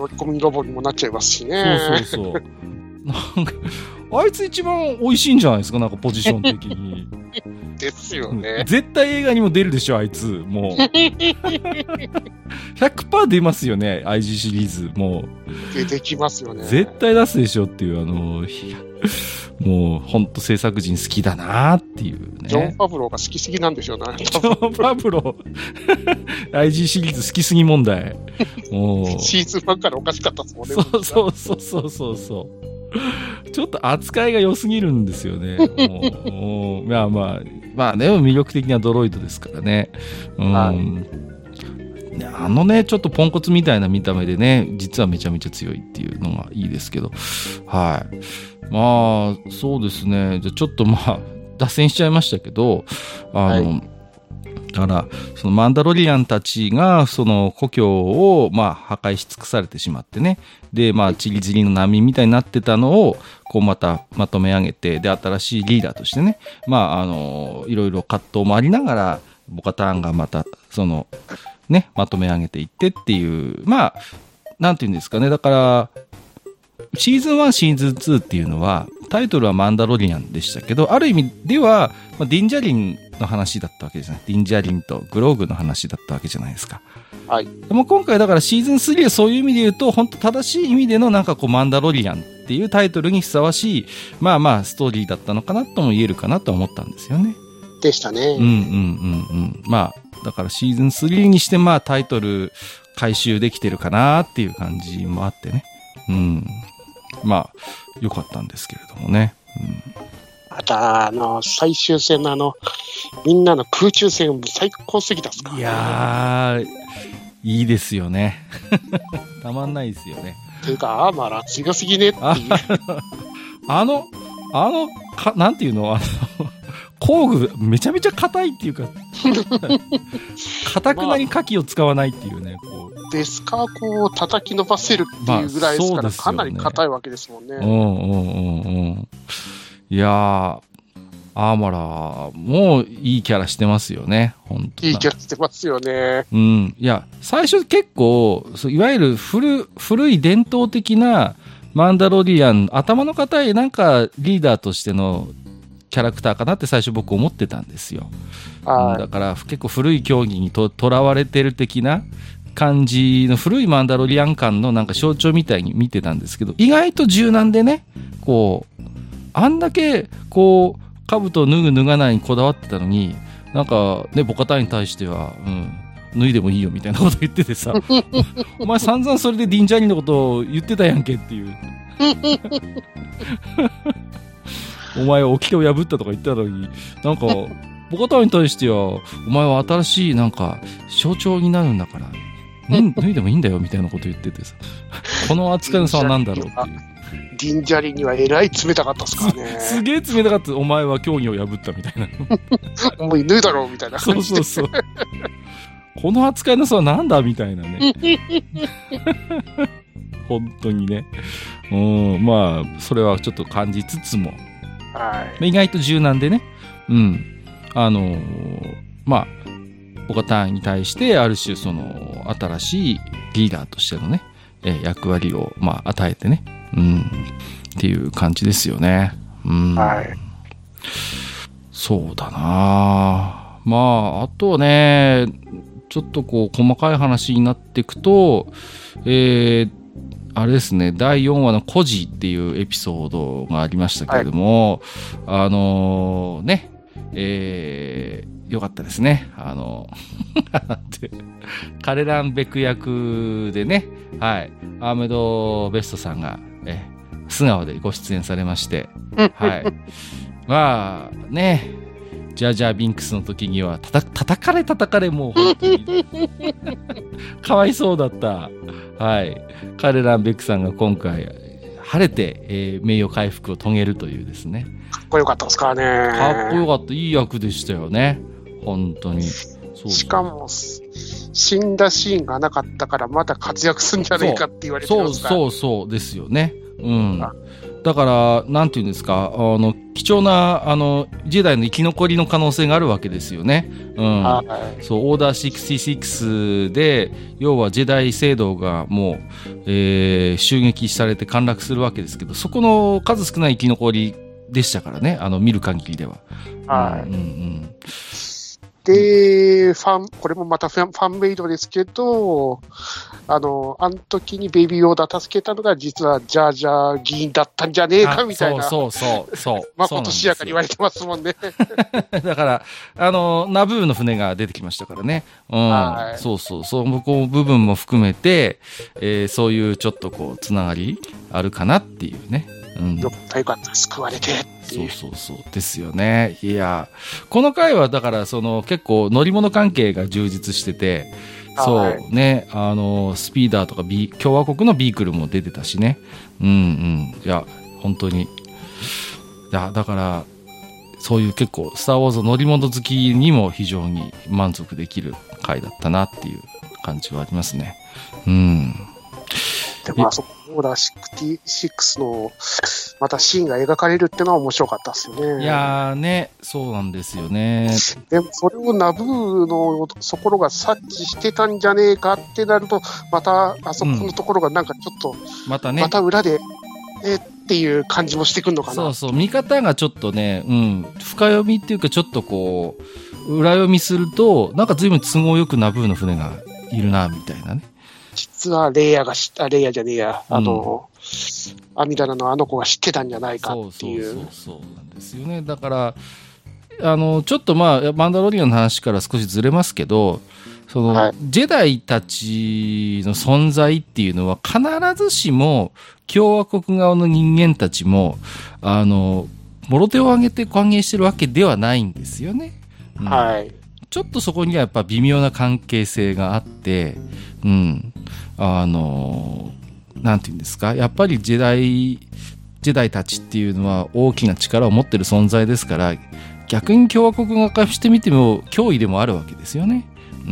乗り込みロボにもなっちゃいますしね。 そう。なんか、あいつ一番美味しいんじゃないですか、なんかポジション的に。 ですよね。 絶対映画にも出るでしょ、あいつ。もう。100% 出ますよね、IG シリーズ。もう。 出てきますよね。 絶対出すでしょっていう、もう、ほんと制作陣好きだなっていうね。 ジョン・ファブローが好きすぎなんでしょうね。 ジョン・ファブロー。IG シリーズ好きすぎ問題。もう。 シーズン1からおかしかったですもんね。 そう。ちょっと扱いが良すぎるんですよね。もうまあね、魅力的なドロイドですからね。 ね、ちょっとポンコツみたいな見た目でね、実はめちゃめちゃ強いっていうのがいいですけど、はい。まあ、そうですね。じゃあちょっとまあ、脱線しちゃいましたけど、 はい、 だから、そのマンダロリアンたちが、その故郷を、まあ、破壊し尽くされてしまってね。で、まあ、チリチリの難民みたいになってたのを、こう、また、まとめ上げて、で、新しいリーダーとしてね、まあ、いろいろ葛藤もありながら、ボカターンがまた、その、ね、まとめ上げていってっていう、まあ、なんていうんですかね。だから、シーズン1、シーズン2っていうのは、タイトルはマンダロリアンでしたけど、ある意味では、まあ、ディンジャリンの話だったわけですね。ディンジャリンとグローグの話だったわけじゃないですか。 はい。 でも今回だからシーズン3はそういう意味で言うと、本当正しい意味でのなんかこうマンダロリアンっていうタイトルにふさわしい、まあまあストーリーだったのかなとも言えるかなと思ったんですよね。 でしたね。 うんうんうんうん。まあ、だからシーズン3にしてまあタイトル回収できてるかなっていう感じもあってね。うん。まあ、良かったんですけれどもね。 また、最終戦のみんなの空中戦も最高すぎたっすか、 いやー、いいですよね。たまんないですよね。 っていうか、アーマーら強すぎねっていう。 なんていうの工具、めちゃめちゃ硬いっていうか、硬くなに火器を使わないっていうね。こうデスカーコを叩き伸ばせるっていうぐらいですから、かなり硬いわけですもんね。 いやー、アーマラーもいいキャラしてますよね。本当いいキャラしてますよね。 うん。いや、最初結構、いわゆる古い伝統的なマンダロリアン、頭の固いなんかリーダーとしてのキャラクターかなって最初僕思ってたんですよ。だから結構古い競技にとらわれてる的な感じの古いマンダロリアン感のなんか象徴みたいに見てたんですけど、意外と柔軟でね、こう、あんだけこう、兜を脱ぐ脱がないにこだわってたのに、なんかね、ボカタに対しては、脱いでもいいよみたいなこと言っててさ、お前散々それでディンジャリンのことを言ってたやんけっていう。お前は掟を破ったとか言ったのに、なんか、ボカタに対しては、お前は新しいなんか象徴になるんだから、脱いでもいいんだよみたいなこと言っててさ、この扱いの差は何だろうっていう。 ディンジャリにはえらい冷たかったっすからね。 すげえ冷たかった。お前は競技を破ったみたいな。 もう犬だろうみたいな感じで。 そう。この扱いの差はなんだみたいなね。本当にね。まあ、それはちょっと感じつつも。 はい。 意外と柔軟でね。まあ、ボカターンに対してある種その新しいリーダーとしてのね、役割をまあ与えてね。っていう感じですよね。 はい。 そうだな。まあ、あとね、ちょっとこう、細かい話になっていくと、あれですね、第4話の孤児っていうエピソードがありましたけれども、よかったですね。カレランベク役でね、はい、アーメド・ベストさんが、素顔でご出演されまして、はい。まあ、ね、ジャージャー・ビンクスの時には、叩かれ、もう本当に、かわいそうだった。はい。カレランベックさんが今回、晴れて、名誉回復を遂げるというですね。 かっこよかったですからね。 かっこよかった。いい役でしたよね。本当に。そうしかも、死んだシーンがなかったから、まだ活躍するんじゃねえかって言われてますから。 そうですよね。だから、なんていうんですか、貴重な、ジェダイの生き残りの可能性があるわけですよね。そう、オーダー66で、要はジェダイ聖堂がもう、襲撃されて陥落するわけですけど、そこの数少ない生き残りでしたからね、見る限りでは。で、 これもまたファンメイドですけど、あの時にベイビーオーダー助けたのが実はジャージャー議員だったんじゃねえかみたいな。 そう。 まことしやかに言われてますもんね。 だから、ナブーの船が出てきましたからね。そう。その部分も含めて、そういうちょっとこう、つながりあるかなっていうね。 よかった、救われてっていう。 そうですよね。いや、この回はだから結構乗り物関係が充実してて、 そうね、スピーダーとか共和国のビークルも出てたしね。うんうん。いや、本当に。いや、だから、そういう結構、スター・ウォーズ乗り物好きにも非常に満足できる回だったなっていう感じはありますね。うん。 でも、あそこ、オーダー66の、またシーンが描かれるっていうのは面白かったですよね。 いやーね、そうなんですよね。 でも、それをナブーのところが察知してたんじゃねえかってなると、また、あそこのところがなんかちょっと、 またね。 また裏で、っていう感じもしてくるのかな。 そうそう、見方がちょっとね、うん、深読みっていうかちょっとこう、裏読みすると、なんか随分都合よくナブーの船がいるな、みたいなね。 実はレイヤじゃねえや、アミダラのあの子が知ってたんじゃないかっていう。 そうなんですよね。だから、ちょっとまあ、マンダロリアンの話から少しずれますけど、その、はい、ジェダイたちの存在っていうのは必ずしも共和国側の人間たちも、もろ手を挙げて歓迎してるわけではないんですよね。うん、はい。ちょっとそこにはやっぱ微妙な関係性があって、うん。なんていうんですか、やっぱりジェダイたちっていうのは大きな力を持ってる存在ですから、逆に共和国側からしてみても脅威でもあるわけですよね。うん。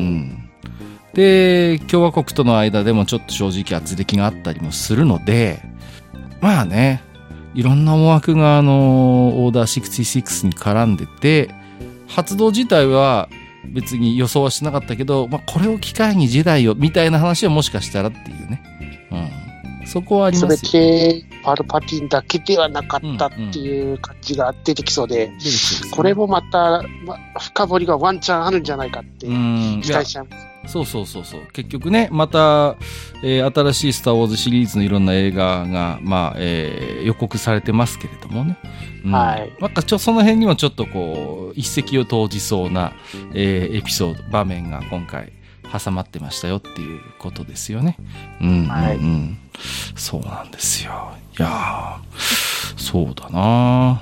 で、共和国との間でもちょっと正直圧力があったりもするので、まあね、いろんな思惑がオーダー66に絡んでて、発動自体は別に予想はしなかったけど、まあこれを機会にジェダイをみたいな話はもしかしたらっていうね。うん。そこはありますよ。 それってパルパティンだけではなかったっていう感じが出てきそうで、これもまた、深掘りがワンチャンあるんじじゃないかって期待しちゃいます。 そう。結局ね、また、新しいスターウォーズシリーズのいろんな映画が、まあ、予告されてますけれどもね。うん、はい。なんかその辺にもちょっとこう、一石を投じそうな、エピソード、場面が今回挟まってましたよっていうことですよね。はい。そうなんですよ。いやー、そうだな。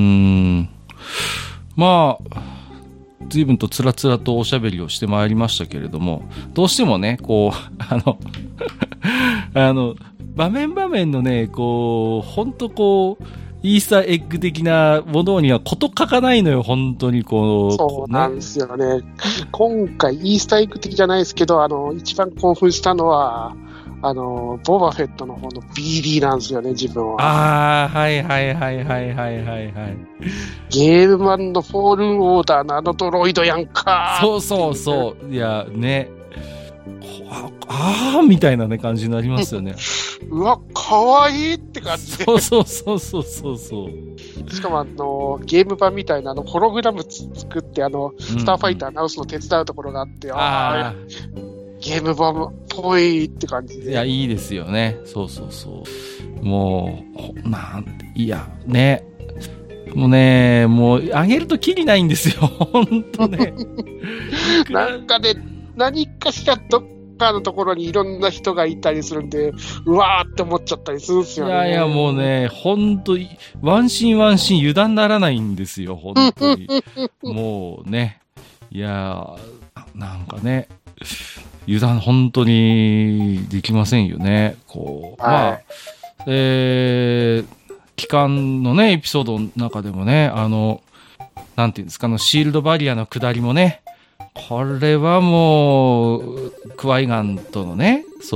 まあ、随分とつらつらとおしゃべりをしてまいりましたけれども、どうしてもね、こう、場面場面のね、こう、ほんとこう、イースターエッグ的なものにはこと書かないのよ、本当にこう。 そうなんですよね。今回、イースターエッグ的じゃないですけど、一番興奮したのは、ボバフェットの方の BD なんですよね、自分は。 ああ、はい。 ゲームマンのフォールンオーダーのドロイドやんか。 そう。いや、ね。みたいなね、感じになりますよね。 うわ、かわいいって感じで。 そう。しかもゲーム版みたいなホログラム作って、スターファイター直すの手伝うところがあって、ゲーム版っぽいって感じで。 いや、いいですよね。そう。もう、いや、ね。もう上げるとキリないんですよ。ほんとね。 なんかね、何かしらどっかのところにいろんな人がいたりするんで、うわーって思っちゃったりするんですよね。 いや、もうね、ほんと、ワンシーン油断ならないんですよ、ほんとに。もうね。いやー、なんかね。油断本当にできませんよね。こう、まあ、期間のね、エピソードの中でもね、なんていうんですか、シールドバリアの下りもね、これはもう、クワイガンとのね、そう。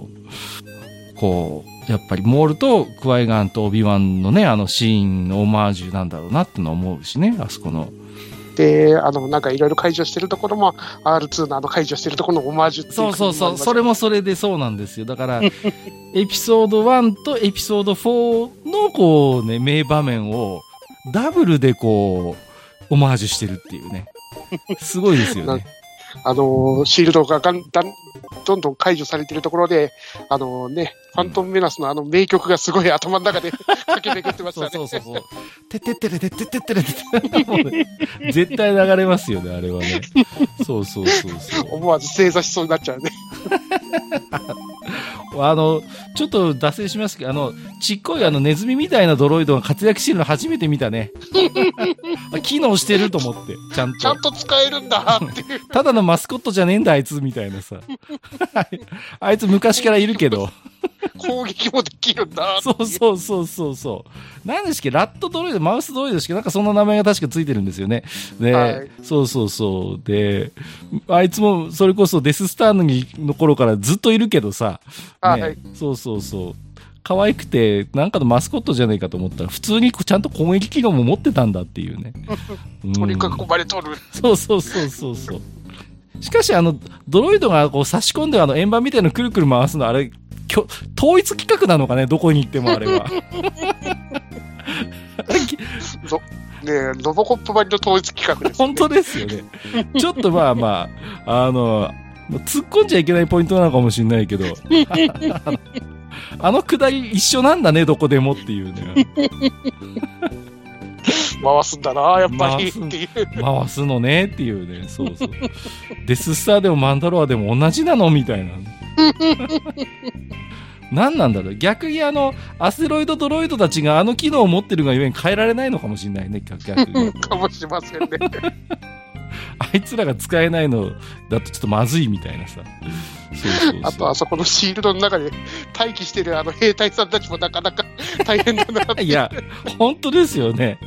こう、やっぱりモールとクワイガンとオビワンのね、シーンのオマージュなんだろうなっての思うしね、あそこの。 で、なんかいろいろ解除してるところも R2 の解除してるところのオマージュっていう。 そう。それもそれでそうなんですよ。だから、エピソード1とエピソード4のこうね、名場面をダブルでこう、オマージュしてるっていうね。すごいですよね。 シールドがどんどん解除されているところで、ファントムメナスの名曲がすごい頭の中で駆け巡ってましたね。そう。 てってってれてってってってれて絶対流れますよね、あれはね。そう。 思わず正座しそうになっちゃうね。 ちょっと脱線しますけど、ちっこいネズミみたいなドロイドが活躍してるの初めて見たね。 機能してると思って、ちゃんと。 ちゃんと使えるんだっていう。 ただのマスコットじゃねえんだ、あいつ、みたいなさ。あいつ昔からいるけど。 攻撃もできるんだっていう。 そう。何でしたっけ、ラットドロイド、マウスドロイドしか、なんかそんな名前が確かついてるんですよね。で、 はい、 そう。で、あいつもそれこそデススターの頃からずっといるけどさ、ね、 はい、 そう。可愛くて、なんかのマスコットじゃないかと思ったら、普通にちゃんと攻撃機能も持ってたんだっていうね。 とにかく囲まれとる。 そう。しかし、ドロイドがこう差し込んで円盤みたいなのくるくる回すの、あれ、統一規格なのかね、どこに行ってもあれは。 ロボコップ版の統一規格です、ね。 本当ですよね。ちょっと突っ込んじゃいけないポイントなのかもしれないけど、くだり一緒なんだね、どこでもっていうね。 回すんだな、やっぱりっていう。 回すのねっていうね、そう。デススターでもマンダロアでも同じなのみたいな。何なんだろう、逆にアステロイドドロイドたちが機能を持ってるがゆえに変えられないのかもしれないね、逆に。 かもしれませんね。 あいつらが使えないのだとちょっとまずいみたいなさ。そうあと、あそこのシールドの中で待機してる兵隊さんたちもなかなか大変だなって。 いや、本当ですよね。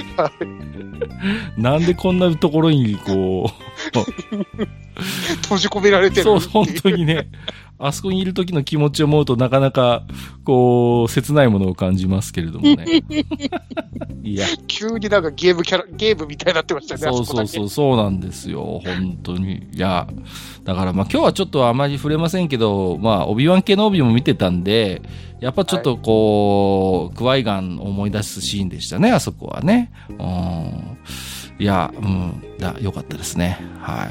なんでこんなところにこう閉じ込められてる。 そう、本当にね。あそこにいる時の気持ちを思うとなかなかこう切ないものを感じますけれどもね。いや、 急になんかゲームみたいになってましたね。 そうなんですよ、本当に。いや、だから今日はちょっとあまり触れませんけど、オビワン系の帯も見てたんで、やっぱちょっとこう、クワイガンを思い出すシーンでしたね、あそこはね。いや、良かったですね。はい。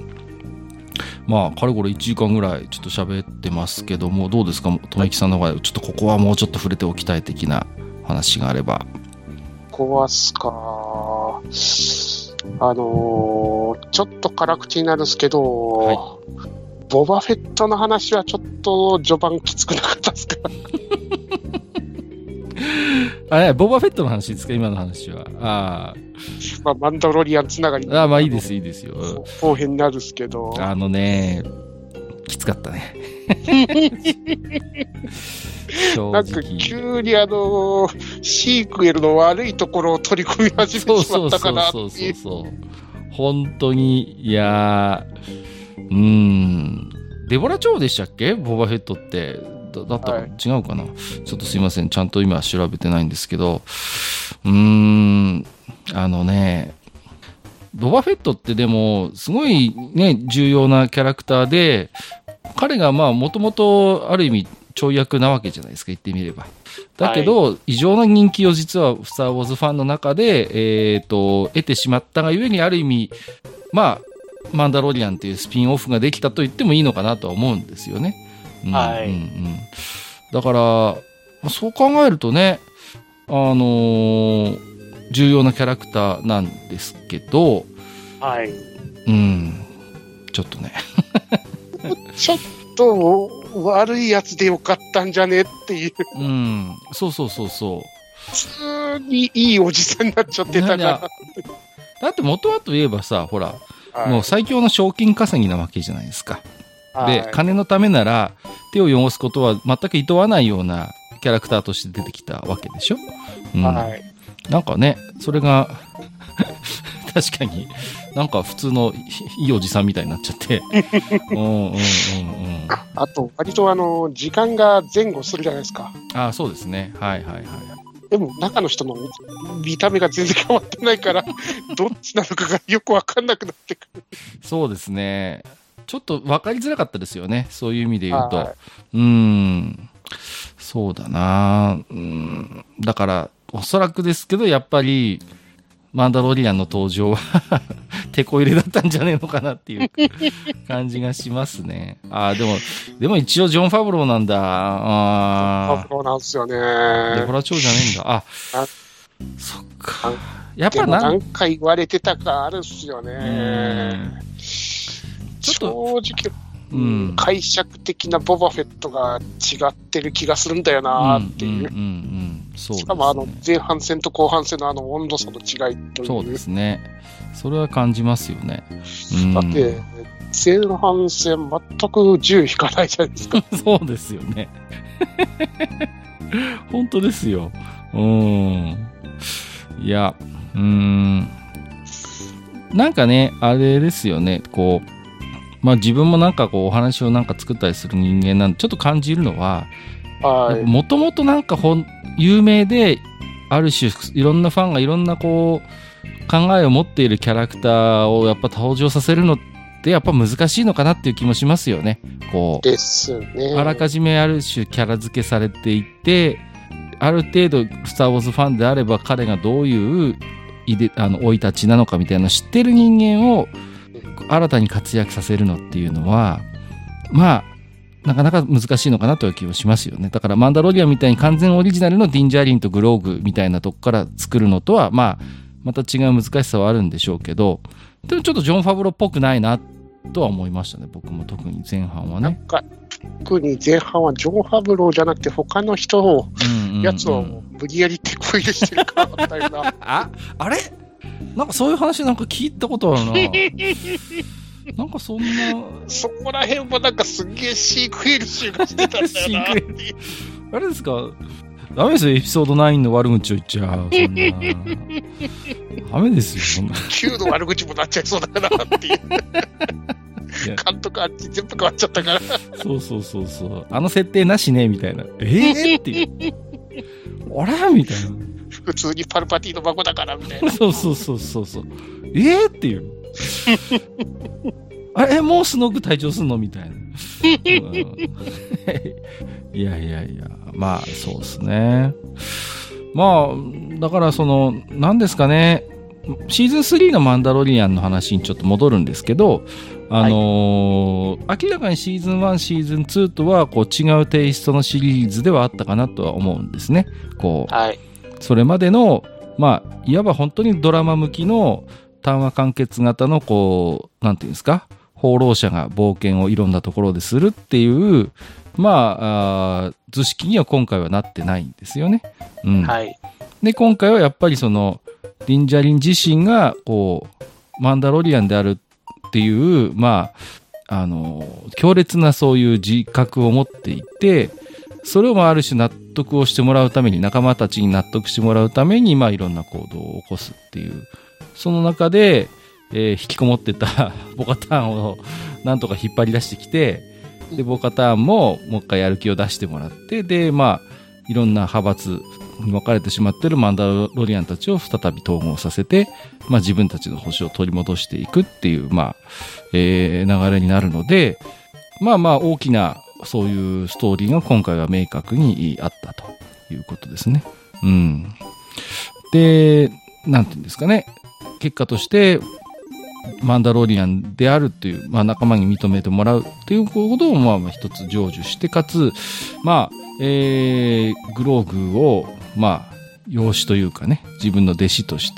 かれこれ1時間ぐらいちょっと喋ってますけども、どうですか、とめきさんの場合、ちょっとここはもうちょっと触れておきたい的な話があれば。 ここはすか、ちょっと辛口になるんですけど、はい、ボバフェットの話はちょっと序盤きつくなかったですか？ ボバフェットの話ですか、今の話は。 マンダロリアンつながり。 いいですよ。 後編になるんですけど。 きつかったね。 なんか急にシークエルの悪いところを取り込み始めてしまったかなっていう。 本当に、いやデボラ長でしたっけ、ボバフェットって。だったか、はい、違うかな、ちょっとすいません、ちゃんと今調べてないんですけど、ボバフェットってでもすごいね重要なキャラクターで、彼がもともとある意味跳躍なわけじゃないですか、言ってみれば。だけど、はい、異常な人気を実はスター・ウォーズファンの中で、得てしまったがゆえに、ある意味マンダロリアンというスピンオフができたと言ってもいいのかなとは思うんですよね。だからそう考えるとね、重要なキャラクターなんですけど、 はい、 ちょっとねちょっと悪いやつでよかったんじゃねっていう。 そう普通にいいおじさんになっちゃってたから。 だって元はといえばさ、ほら、もう最強の賞金稼ぎなわけじゃないですか。で、金のためなら手を汚すことは全く厭わないようなキャラクターとして出てきたわけでしょ。なんかね、それが確かになんか普通のいいおじさんみたいになっちゃってあと割と時間が前後するじゃないですか。 そうですね、はいでも中の人の見た目が全然変わってないからどっちなのかがよく分かんなくなってくる。 そうですね、ちょっと分かりづらかったですよね、そういう意味で言うと。そうだな、だからおそらくですけど、やっぱりマンダロリアンの登場は手こ入れだったんじゃねえのかなっていう感じがしますね。でも一応ジョン・ファブローなんだ。 ファブローなんですよね。 デボラ長じゃねえんだ。そっか。やっぱ何回言われてたかあるっすよね。 ちょっと正直解釈的なボバフェットが違ってる気がするんだよなっていう。 そうですね、 しかも前半戦と後半戦の温度差の違いという。 そうですね。それは感じますよね。 だって、前半戦全く銃引かないじゃないですか。 そうですよね。本当ですよ。いや、なんかね、あれですよね、こう、まあ自分もなんかこうお話をなんか作ったりする人間なんで、ちょっと感じるのは、もともとなんか有名で、ある種いろんなファンがいろんなこう考えを持っているキャラクターをやっぱ登場させるのってやっぱ難しいのかなっていう気もしますよね。こうですね。 あらかじめある種キャラ付けされていて、ある程度スター・ウォーズファンであれば彼がどういう生い立ちなのかみたいなのを知ってる人間を新たに活躍させるのっていうのは、まあなかなか難しいのかなという気がしますよね。だからマンダロリアンみたいに完全オリジナルのディンジャリンとグローグみたいなとこから作るのとは、また違う難しさはあるんでしょうけど、でもちょっとジョン・ファブローっぽくないなとは思いましたね。僕も特に前半はね。 なんか特に前半はジョン・ファブローじゃなくて他の人を、やつを無理やり手こ入れしてるからだったよな。 あれなんかそういう話なんか聞いたことあるな。なんかそんなそこら辺もなんかすげえシークエル集がしてたんだよなっていう。 あれですか、ダメですよ、エピソード9の悪口を言っちゃう。そんなダメですよ、そんな 9の悪口もなっちゃいそうだなっていう。監督あっち全部変わっちゃったから。 そうあの設定なしねみたいな。っていうあれみたいな。 普通にパルパティの孫だからみたいな。 そうっていう。あれもうスノーク退場すんのみたいな。いやまあそうですね。まあだから何ですかね、シーズン3のマンダロリアンの話にちょっと戻るんですけど、明らかにシーズン1シーズン2とはこう違うテイストのシリーズではあったかなとは思うんですね。こう、それまでのいわば本当にドラマ向きの単話完結型のこうなんていうんですか、放浪者が冒険をいろんなところでするっていう図式には今回はなってないんですよね。で今回はやっぱりディンジャリン自身がこうマンダロリアンであるっていう強烈なそういう自覚を持っていて、それをある種納得をしてもらうために、仲間たちに納得してもらうためにいろんな行動を起こすっていう、その中で、引きこもってたボカタンをなんとか引っ張り出してきて、でボカタンももう一回やる気を出してもらって、でいろんな派閥に分かれてしまっているマンダロリアンたちを再び統合させて、自分たちの星を取り戻していくっていう流れになるので、大きなそういうストーリーが今回は明確にあったということですね。で、なんていうんですかね、結果としてマンダロリアンであるっていう、仲間に認めてもらうっていうことを一つ成就して、かつグローグを養子というかね、自分の弟子として、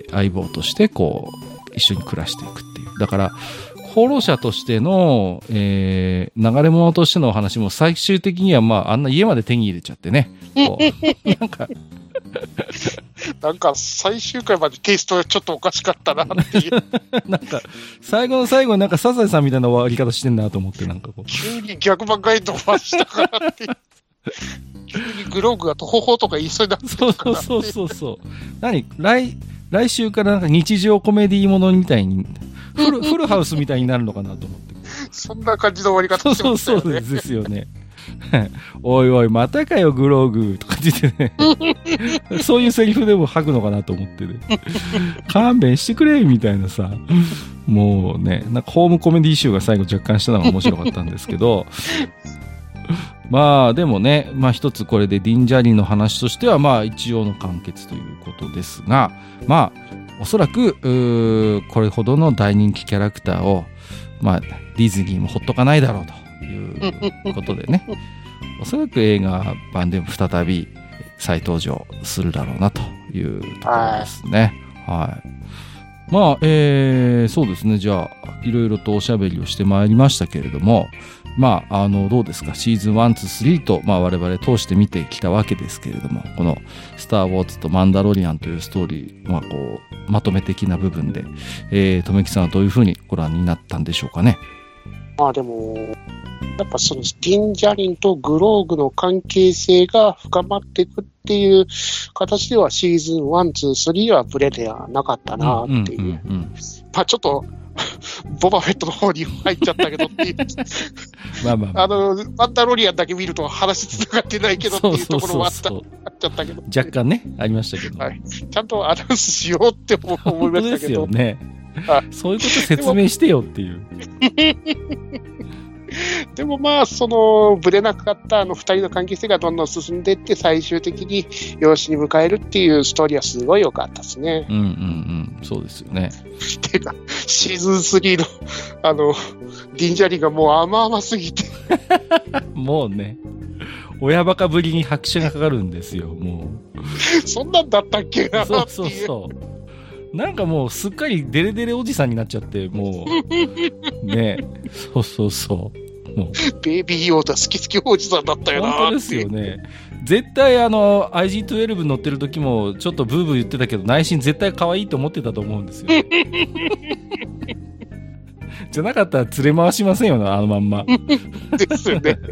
相棒としてこう一緒に暮らしていくっていう。だから放浪者としての、流れ物としてのお話も最終的にはあんな家まで手に入れちゃってね、こうなんか最終回までテイストちょっとおかしかったなっていう。 なんか最後の最後にサザエさんみたいな終わり方してんなと思って、なんかこう急に逆番ガイドを回したからって急にグローグがとほほとか言いそうになってたからって。 そう何来週からなんか日常コメディものみたいにフルハウスみたいになるのかなと思って。 そんな感じの終わり方してましたよね。 そうですよね。おいおいまたかよグローグとか言ってねそういうセリフでも吐くのかなと思ってね勘弁してくれみたいなさ、もうね、なんかホームコメディ集が最後若干したのが面白かったんですけどでもね、一つこれでディンジャリンの話としては一応の完結ということですが、おそらくこれほどの大人気キャラクターをディズニーもほっとかないだろうということでねおそらく映画版でも再び再登場するだろうなというところですね。 まあ、そうですね。じゃあ、いろいろとおしゃべりをしてまいりましたけれども、まあ、どうですか、シーズン1、2、3と、まあ、我々通して見てきたわけですけれども、この、スター・ウォーズとマンダロリアンというストーリー、まあ、こう、まとめ的な部分で、とめきさんはどういうふうにご覧になったんでしょうかね。 まあでも、やっぱそのディン・ジャリンとグローグの関係性が深まっていくっていう形ではシーズン1、2、3はブレではなかったなっていう。まあちょっと、ボバフェットの方に入っちゃったけどっていう。 まあまあ、 マンダロリアンだけ見ると話つながってないけどっていうところもあっちゃったけど。 若干ね、ありましたけど。 はい。ちゃんとアナウンスしようって思いましたけど。 本当ですよね。そういうこと説明してよっていう。 でもまあ、その、ぶれなかった二人の関係性がどんどん進んでいって、最終的に養子に迎えるっていうストーリーはすごい良かったですね。 そうですよね。 てか、シーズン3の、ディンジャリがもう甘々すぎて。 もうね、親バカぶりに拍車がかかるんですよ、もう。そんなんだったっけなっていう。 そうなんかもうすっかりデレデレおじさんになっちゃって、もう、ね、そう。もうベイビーヨーダ好きおじさんだったよな。 本当ですよね。絶対IG-12 乗ってる時もちょっとブーブー言ってたけど、内心絶対可愛いと思ってたと思うんですよ。じゃなかったら連れ回しませんよな、あのまんま。 ですよね。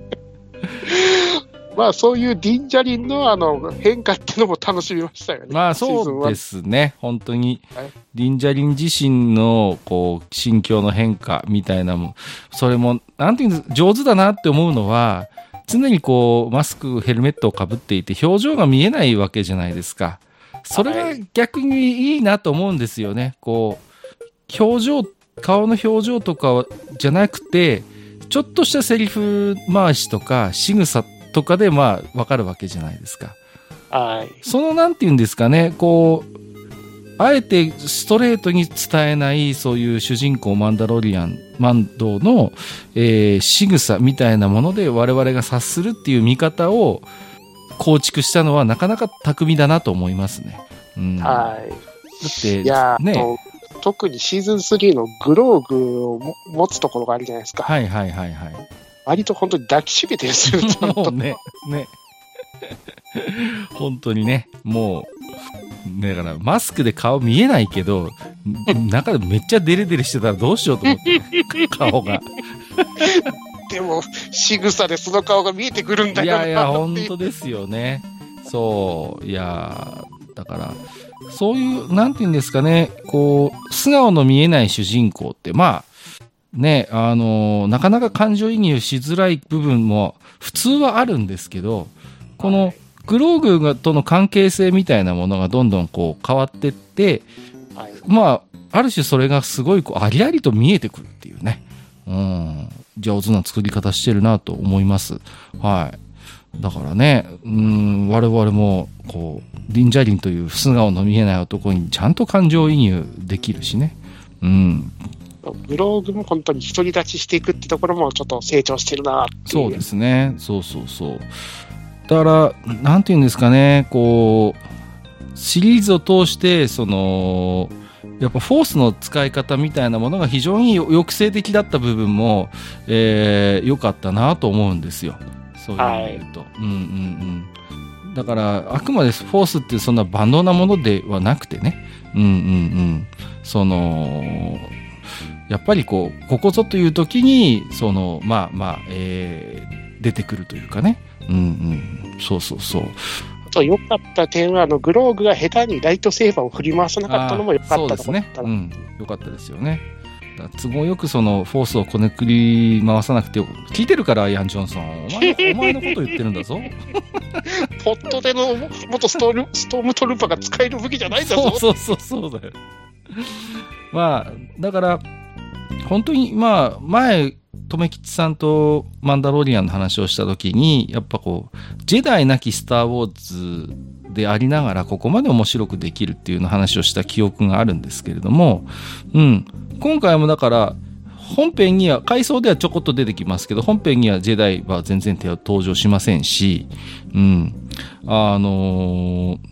まあそういうディンジャリンの変化っていうのも楽しみましたよね。 まあそうですね。本当に、ディンジャリン自身のこう心境の変化みたいなも、それもなんていうんです、上手だなって思うのは、常にこうマスク、ヘルメットをかぶっていて表情が見えないわけじゃないですか。それが逆にいいなと思うんですよね。こう表情、顔の表情とかじゃなくて、ちょっとしたセリフ回しとか仕草とかでまあ分かるわけじゃないですか。 はい。 そのなんていうんですかね、こうあえてストレートに伝えないそういう主人公マンドの、仕草みたいなもので我々が察するっていう見方を構築したのはなかなか巧みだなと思いますね。 はい。 だっていやね。 特にシーズン3のグローグを持つところがあるじゃないですか。 はい。 割と本当に抱きしめてるんですよ、ちゃんと。 もうね。本当にね、もう、だからマスクで顔見えないけど、中でめっちゃデレデレしてたらどうしようと思って、顔が。 でも、仕草でその顔が見えてくるんだよな。 いや、本当ですよね。そう、だから、そういう、なんていうんですかね、こう、素顔の見えない主人公って、まあ、ね、なかなか感情移入しづらい部分も普通はあるんですけど、このグローグとの関係性みたいなものがどんどんこう変わっていって、まあ、ある種それがすごいこうありありと見えてくるっていうね、上手な作り方してるなと思います。はい。だからね、我々もこうディンジャリンという素顔の見えない男にちゃんと感情移入できるしね。 グローグも本当に独り立ちしていくってところもちょっと成長してるなっていう。 そうですね。そう。だから、なんていうんですかね、こう、シリーズを通して、やっぱフォースの使い方みたいなものが非常に抑制的だった部分も、良かったなと思うんですよ。そういう意味で言うと。だから、あくまでフォースってそんな万能なものではなくてね、やっぱりここぞという時に、出てくるというかね。そう。 良かった点は、グローグが下手にライトセーバーを振り回さなかったのも良かったと思った。そうですね。良かったですよね。都合よくフォースをこねくり回さなくて聞いてるから、イアン・ジョンソン。お前のこと言ってるんだぞ。 ポットでの元ストームトルーパーが使える武器じゃないんだぞ。 そうだよ。まあ、だから、本当に、まあ、前、留吉さんとマンダロリアンの話をしたときに、やっぱこう、ジェダイなきスター・ウォーズでありながら、ここまで面白くできるっていうの話をした記憶があるんですけれども、今回もだから、本編には、回想ではちょこっと出てきますけど、本編にはジェダイは全然登場しませんし、あ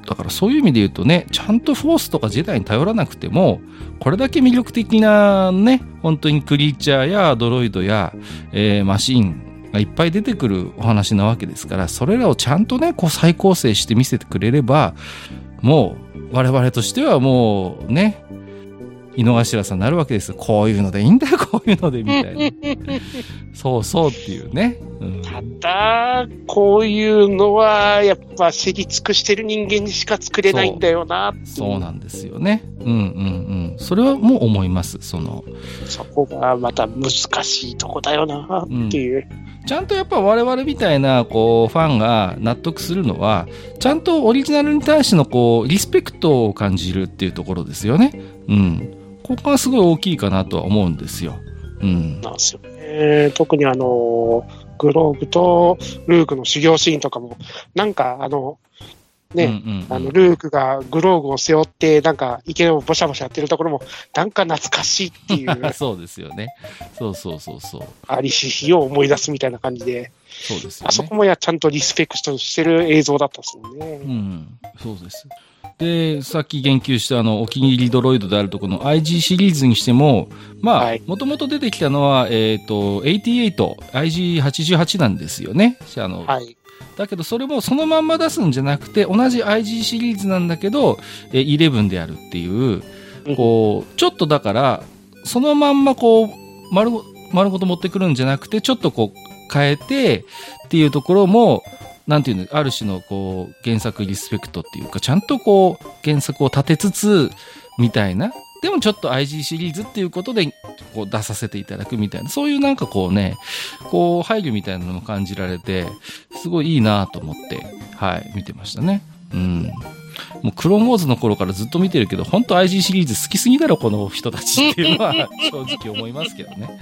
だからそういう意味で言うとね、ちゃんとフォースとかジェダイに頼らなくても、これだけ魅力的なね、本当にクリーチャーやドロイドや、マシーンがいっぱい出てくるお話なわけですから、それらをちゃんとね、こう再構成して見せてくれれば、もう我々としてはもうね、井の頭さんになるわけですよ。こういうのでいいんだよ、こういうので、みたいな。そうそうっていうね。 ただ、こういうのは、やっぱ知り尽くしてる人間にしか作れないんだよなっていう。 そうなんですよね。それはもう思います。そこがまた難しいとこだよなっていう。 ちゃんとやっぱ我々みたいなこうファンが納得するのは、ちゃんとオリジナルに対してのこうリスペクトを感じるっていうところですよね。ここがすごい大きいかなとは思うんですよ。 なんですよね。特にグローブとルークの修行シーンとかも、なんかルークがグローブを背負って、なんか池をボシャボシャやってるところも、なんか懐かしいっていう。 そうですよね。そう。 アリシヒを思い出すみたいな感じで。 そうですよね。 あそこもちゃんとリスペクトしてる映像だったんですよね。 そうです。で、さっき言及したお気に入りドロイドであるとこの IG シリーズにしても、もともと出てきたのは、88、IG88 なんですよね。だけどそれもそのまんま出すんじゃなくて、同じ IG シリーズなんだけど、11であるっていう、こう、ちょっとだから、そのまんまこう、丸ごと持ってくるんじゃなくて、ちょっとこう、変えてっていうところも、なんていうの、ある種のこう原作リスペクトっていうか、ちゃんとこう原作を立てつつみたいな、でもちょっと IG シリーズっていうことでこう出させていただくみたいな、そういうなんかこうね、こう配慮みたいなのも感じられて、すごいいいなと思って、見てましたね。もうクローンウォーズの頃からずっと見てるけど、本当 IG シリーズ好きすぎだろこの人たちっていうのは正直思いますけどね。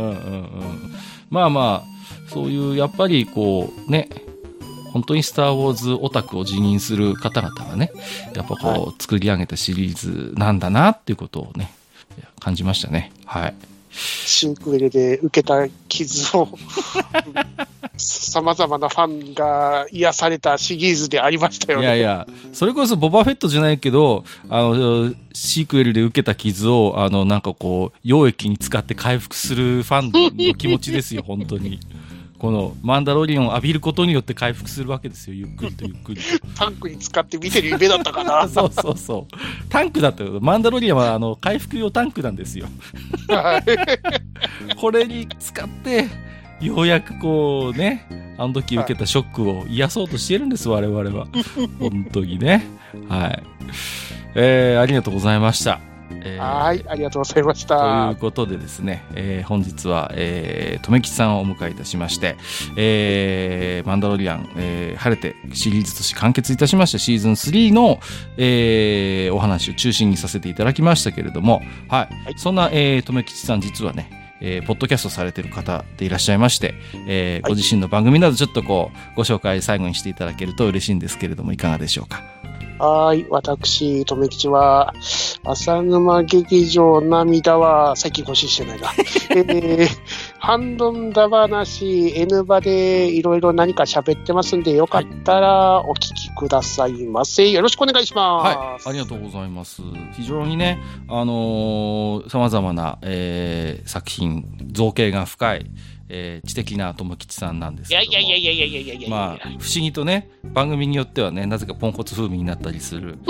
そういうやっぱりこうね、本当にスター・ウォーズオタクを自認する方々がね、やっぱこう作り上げたシリーズなんだなっていうことをね、感じましたね。 シンクウェルで受けた傷を様々なファンが癒されたシリーズでありましたよね。 それこそボバフェットじゃないけど、シークエルで受けた傷をなんかこう溶液に使って回復するファンの気持ちですよ本当に。このマンダロリアンを浴びることによって回復するわけですよ。ゆっくりとゆっくりと。 タンクに使って見てる夢だったかな。 そう。タンクだったけど、マンダロリアンは回復用タンクなんですよ。これに使って、ようやくこうね、あの時受けたショックを癒そうとしてるんです、我々は。本当にね。ありがとうございました。 ありがとうございました。 ということでですね、本日は、とめきちさんをお迎えいたしまして、マンダロリアン、晴れてシリーズとして完結いたしましたシーズン3の、お話を中心にさせていただきましたけれども、そんな、とめきちさん実はね、ポッドキャストされている方でいらっしゃいまして、ご自身の番組などちょっとこうご紹介最後にしていただけると嬉しいんですけれども、いかがでしょうか。 私、とめきちは、浅沼劇場涙は、最近更新してないな。ハンドンダ話、N 場でいろいろ何か喋ってますんで、よかったらお聞きくださいませ。よろしくお願いします。 ありがとうございます。非常にね、様々な、作品、造形が深い、知的な友吉さんなんですけども、不思議とね、番組によってはね、なぜかポンコツ風味になったりする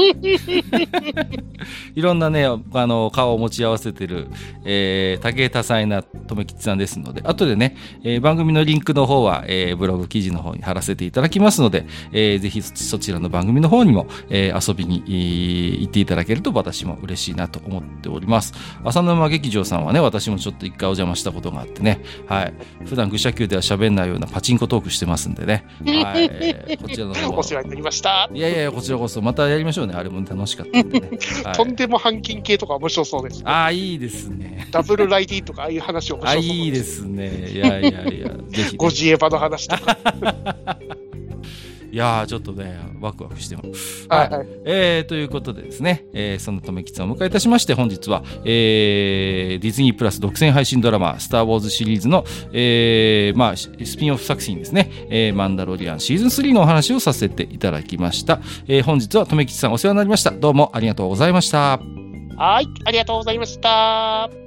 いろんなね、顔を持ち合わせてる、多芸多彩な友吉さんですので、後でね、番組のリンクの方は、ブログ記事の方に貼らせていただきますので、ぜひそちらの番組の方にも、遊びに行っていただけると私も嬉しいなと思っております。浅沼劇場さんはね、私もちょっと一回お邪魔したことがあってね、普段愚者級では喋んないようなパチンコトークしてますんでね、こちらの方お世話になりました。 いやこちらこそまたやりましょうね。あれも楽しかったんでね。 とんでも半金系とか面白そうです、ね。 いいですね。 ダブルライディとかああいう話面白そうです。 いいですね。いやぜひ、ね。 ゴジエバの話とか。 いやー、ちょっとね、ワクワクしてます。 はい、はい。 ということでですね、そのとめきつをお迎えいたしまして、本日は、ディズニープラス独占配信ドラマ、スター・ウォーズシリーズの、スピンオフ作品ですね、マンダロリアンシーズン3のお話をさせていただきました。本日はとめきつさんお世話になりました。どうもありがとうございました。 はい、ありがとうございました。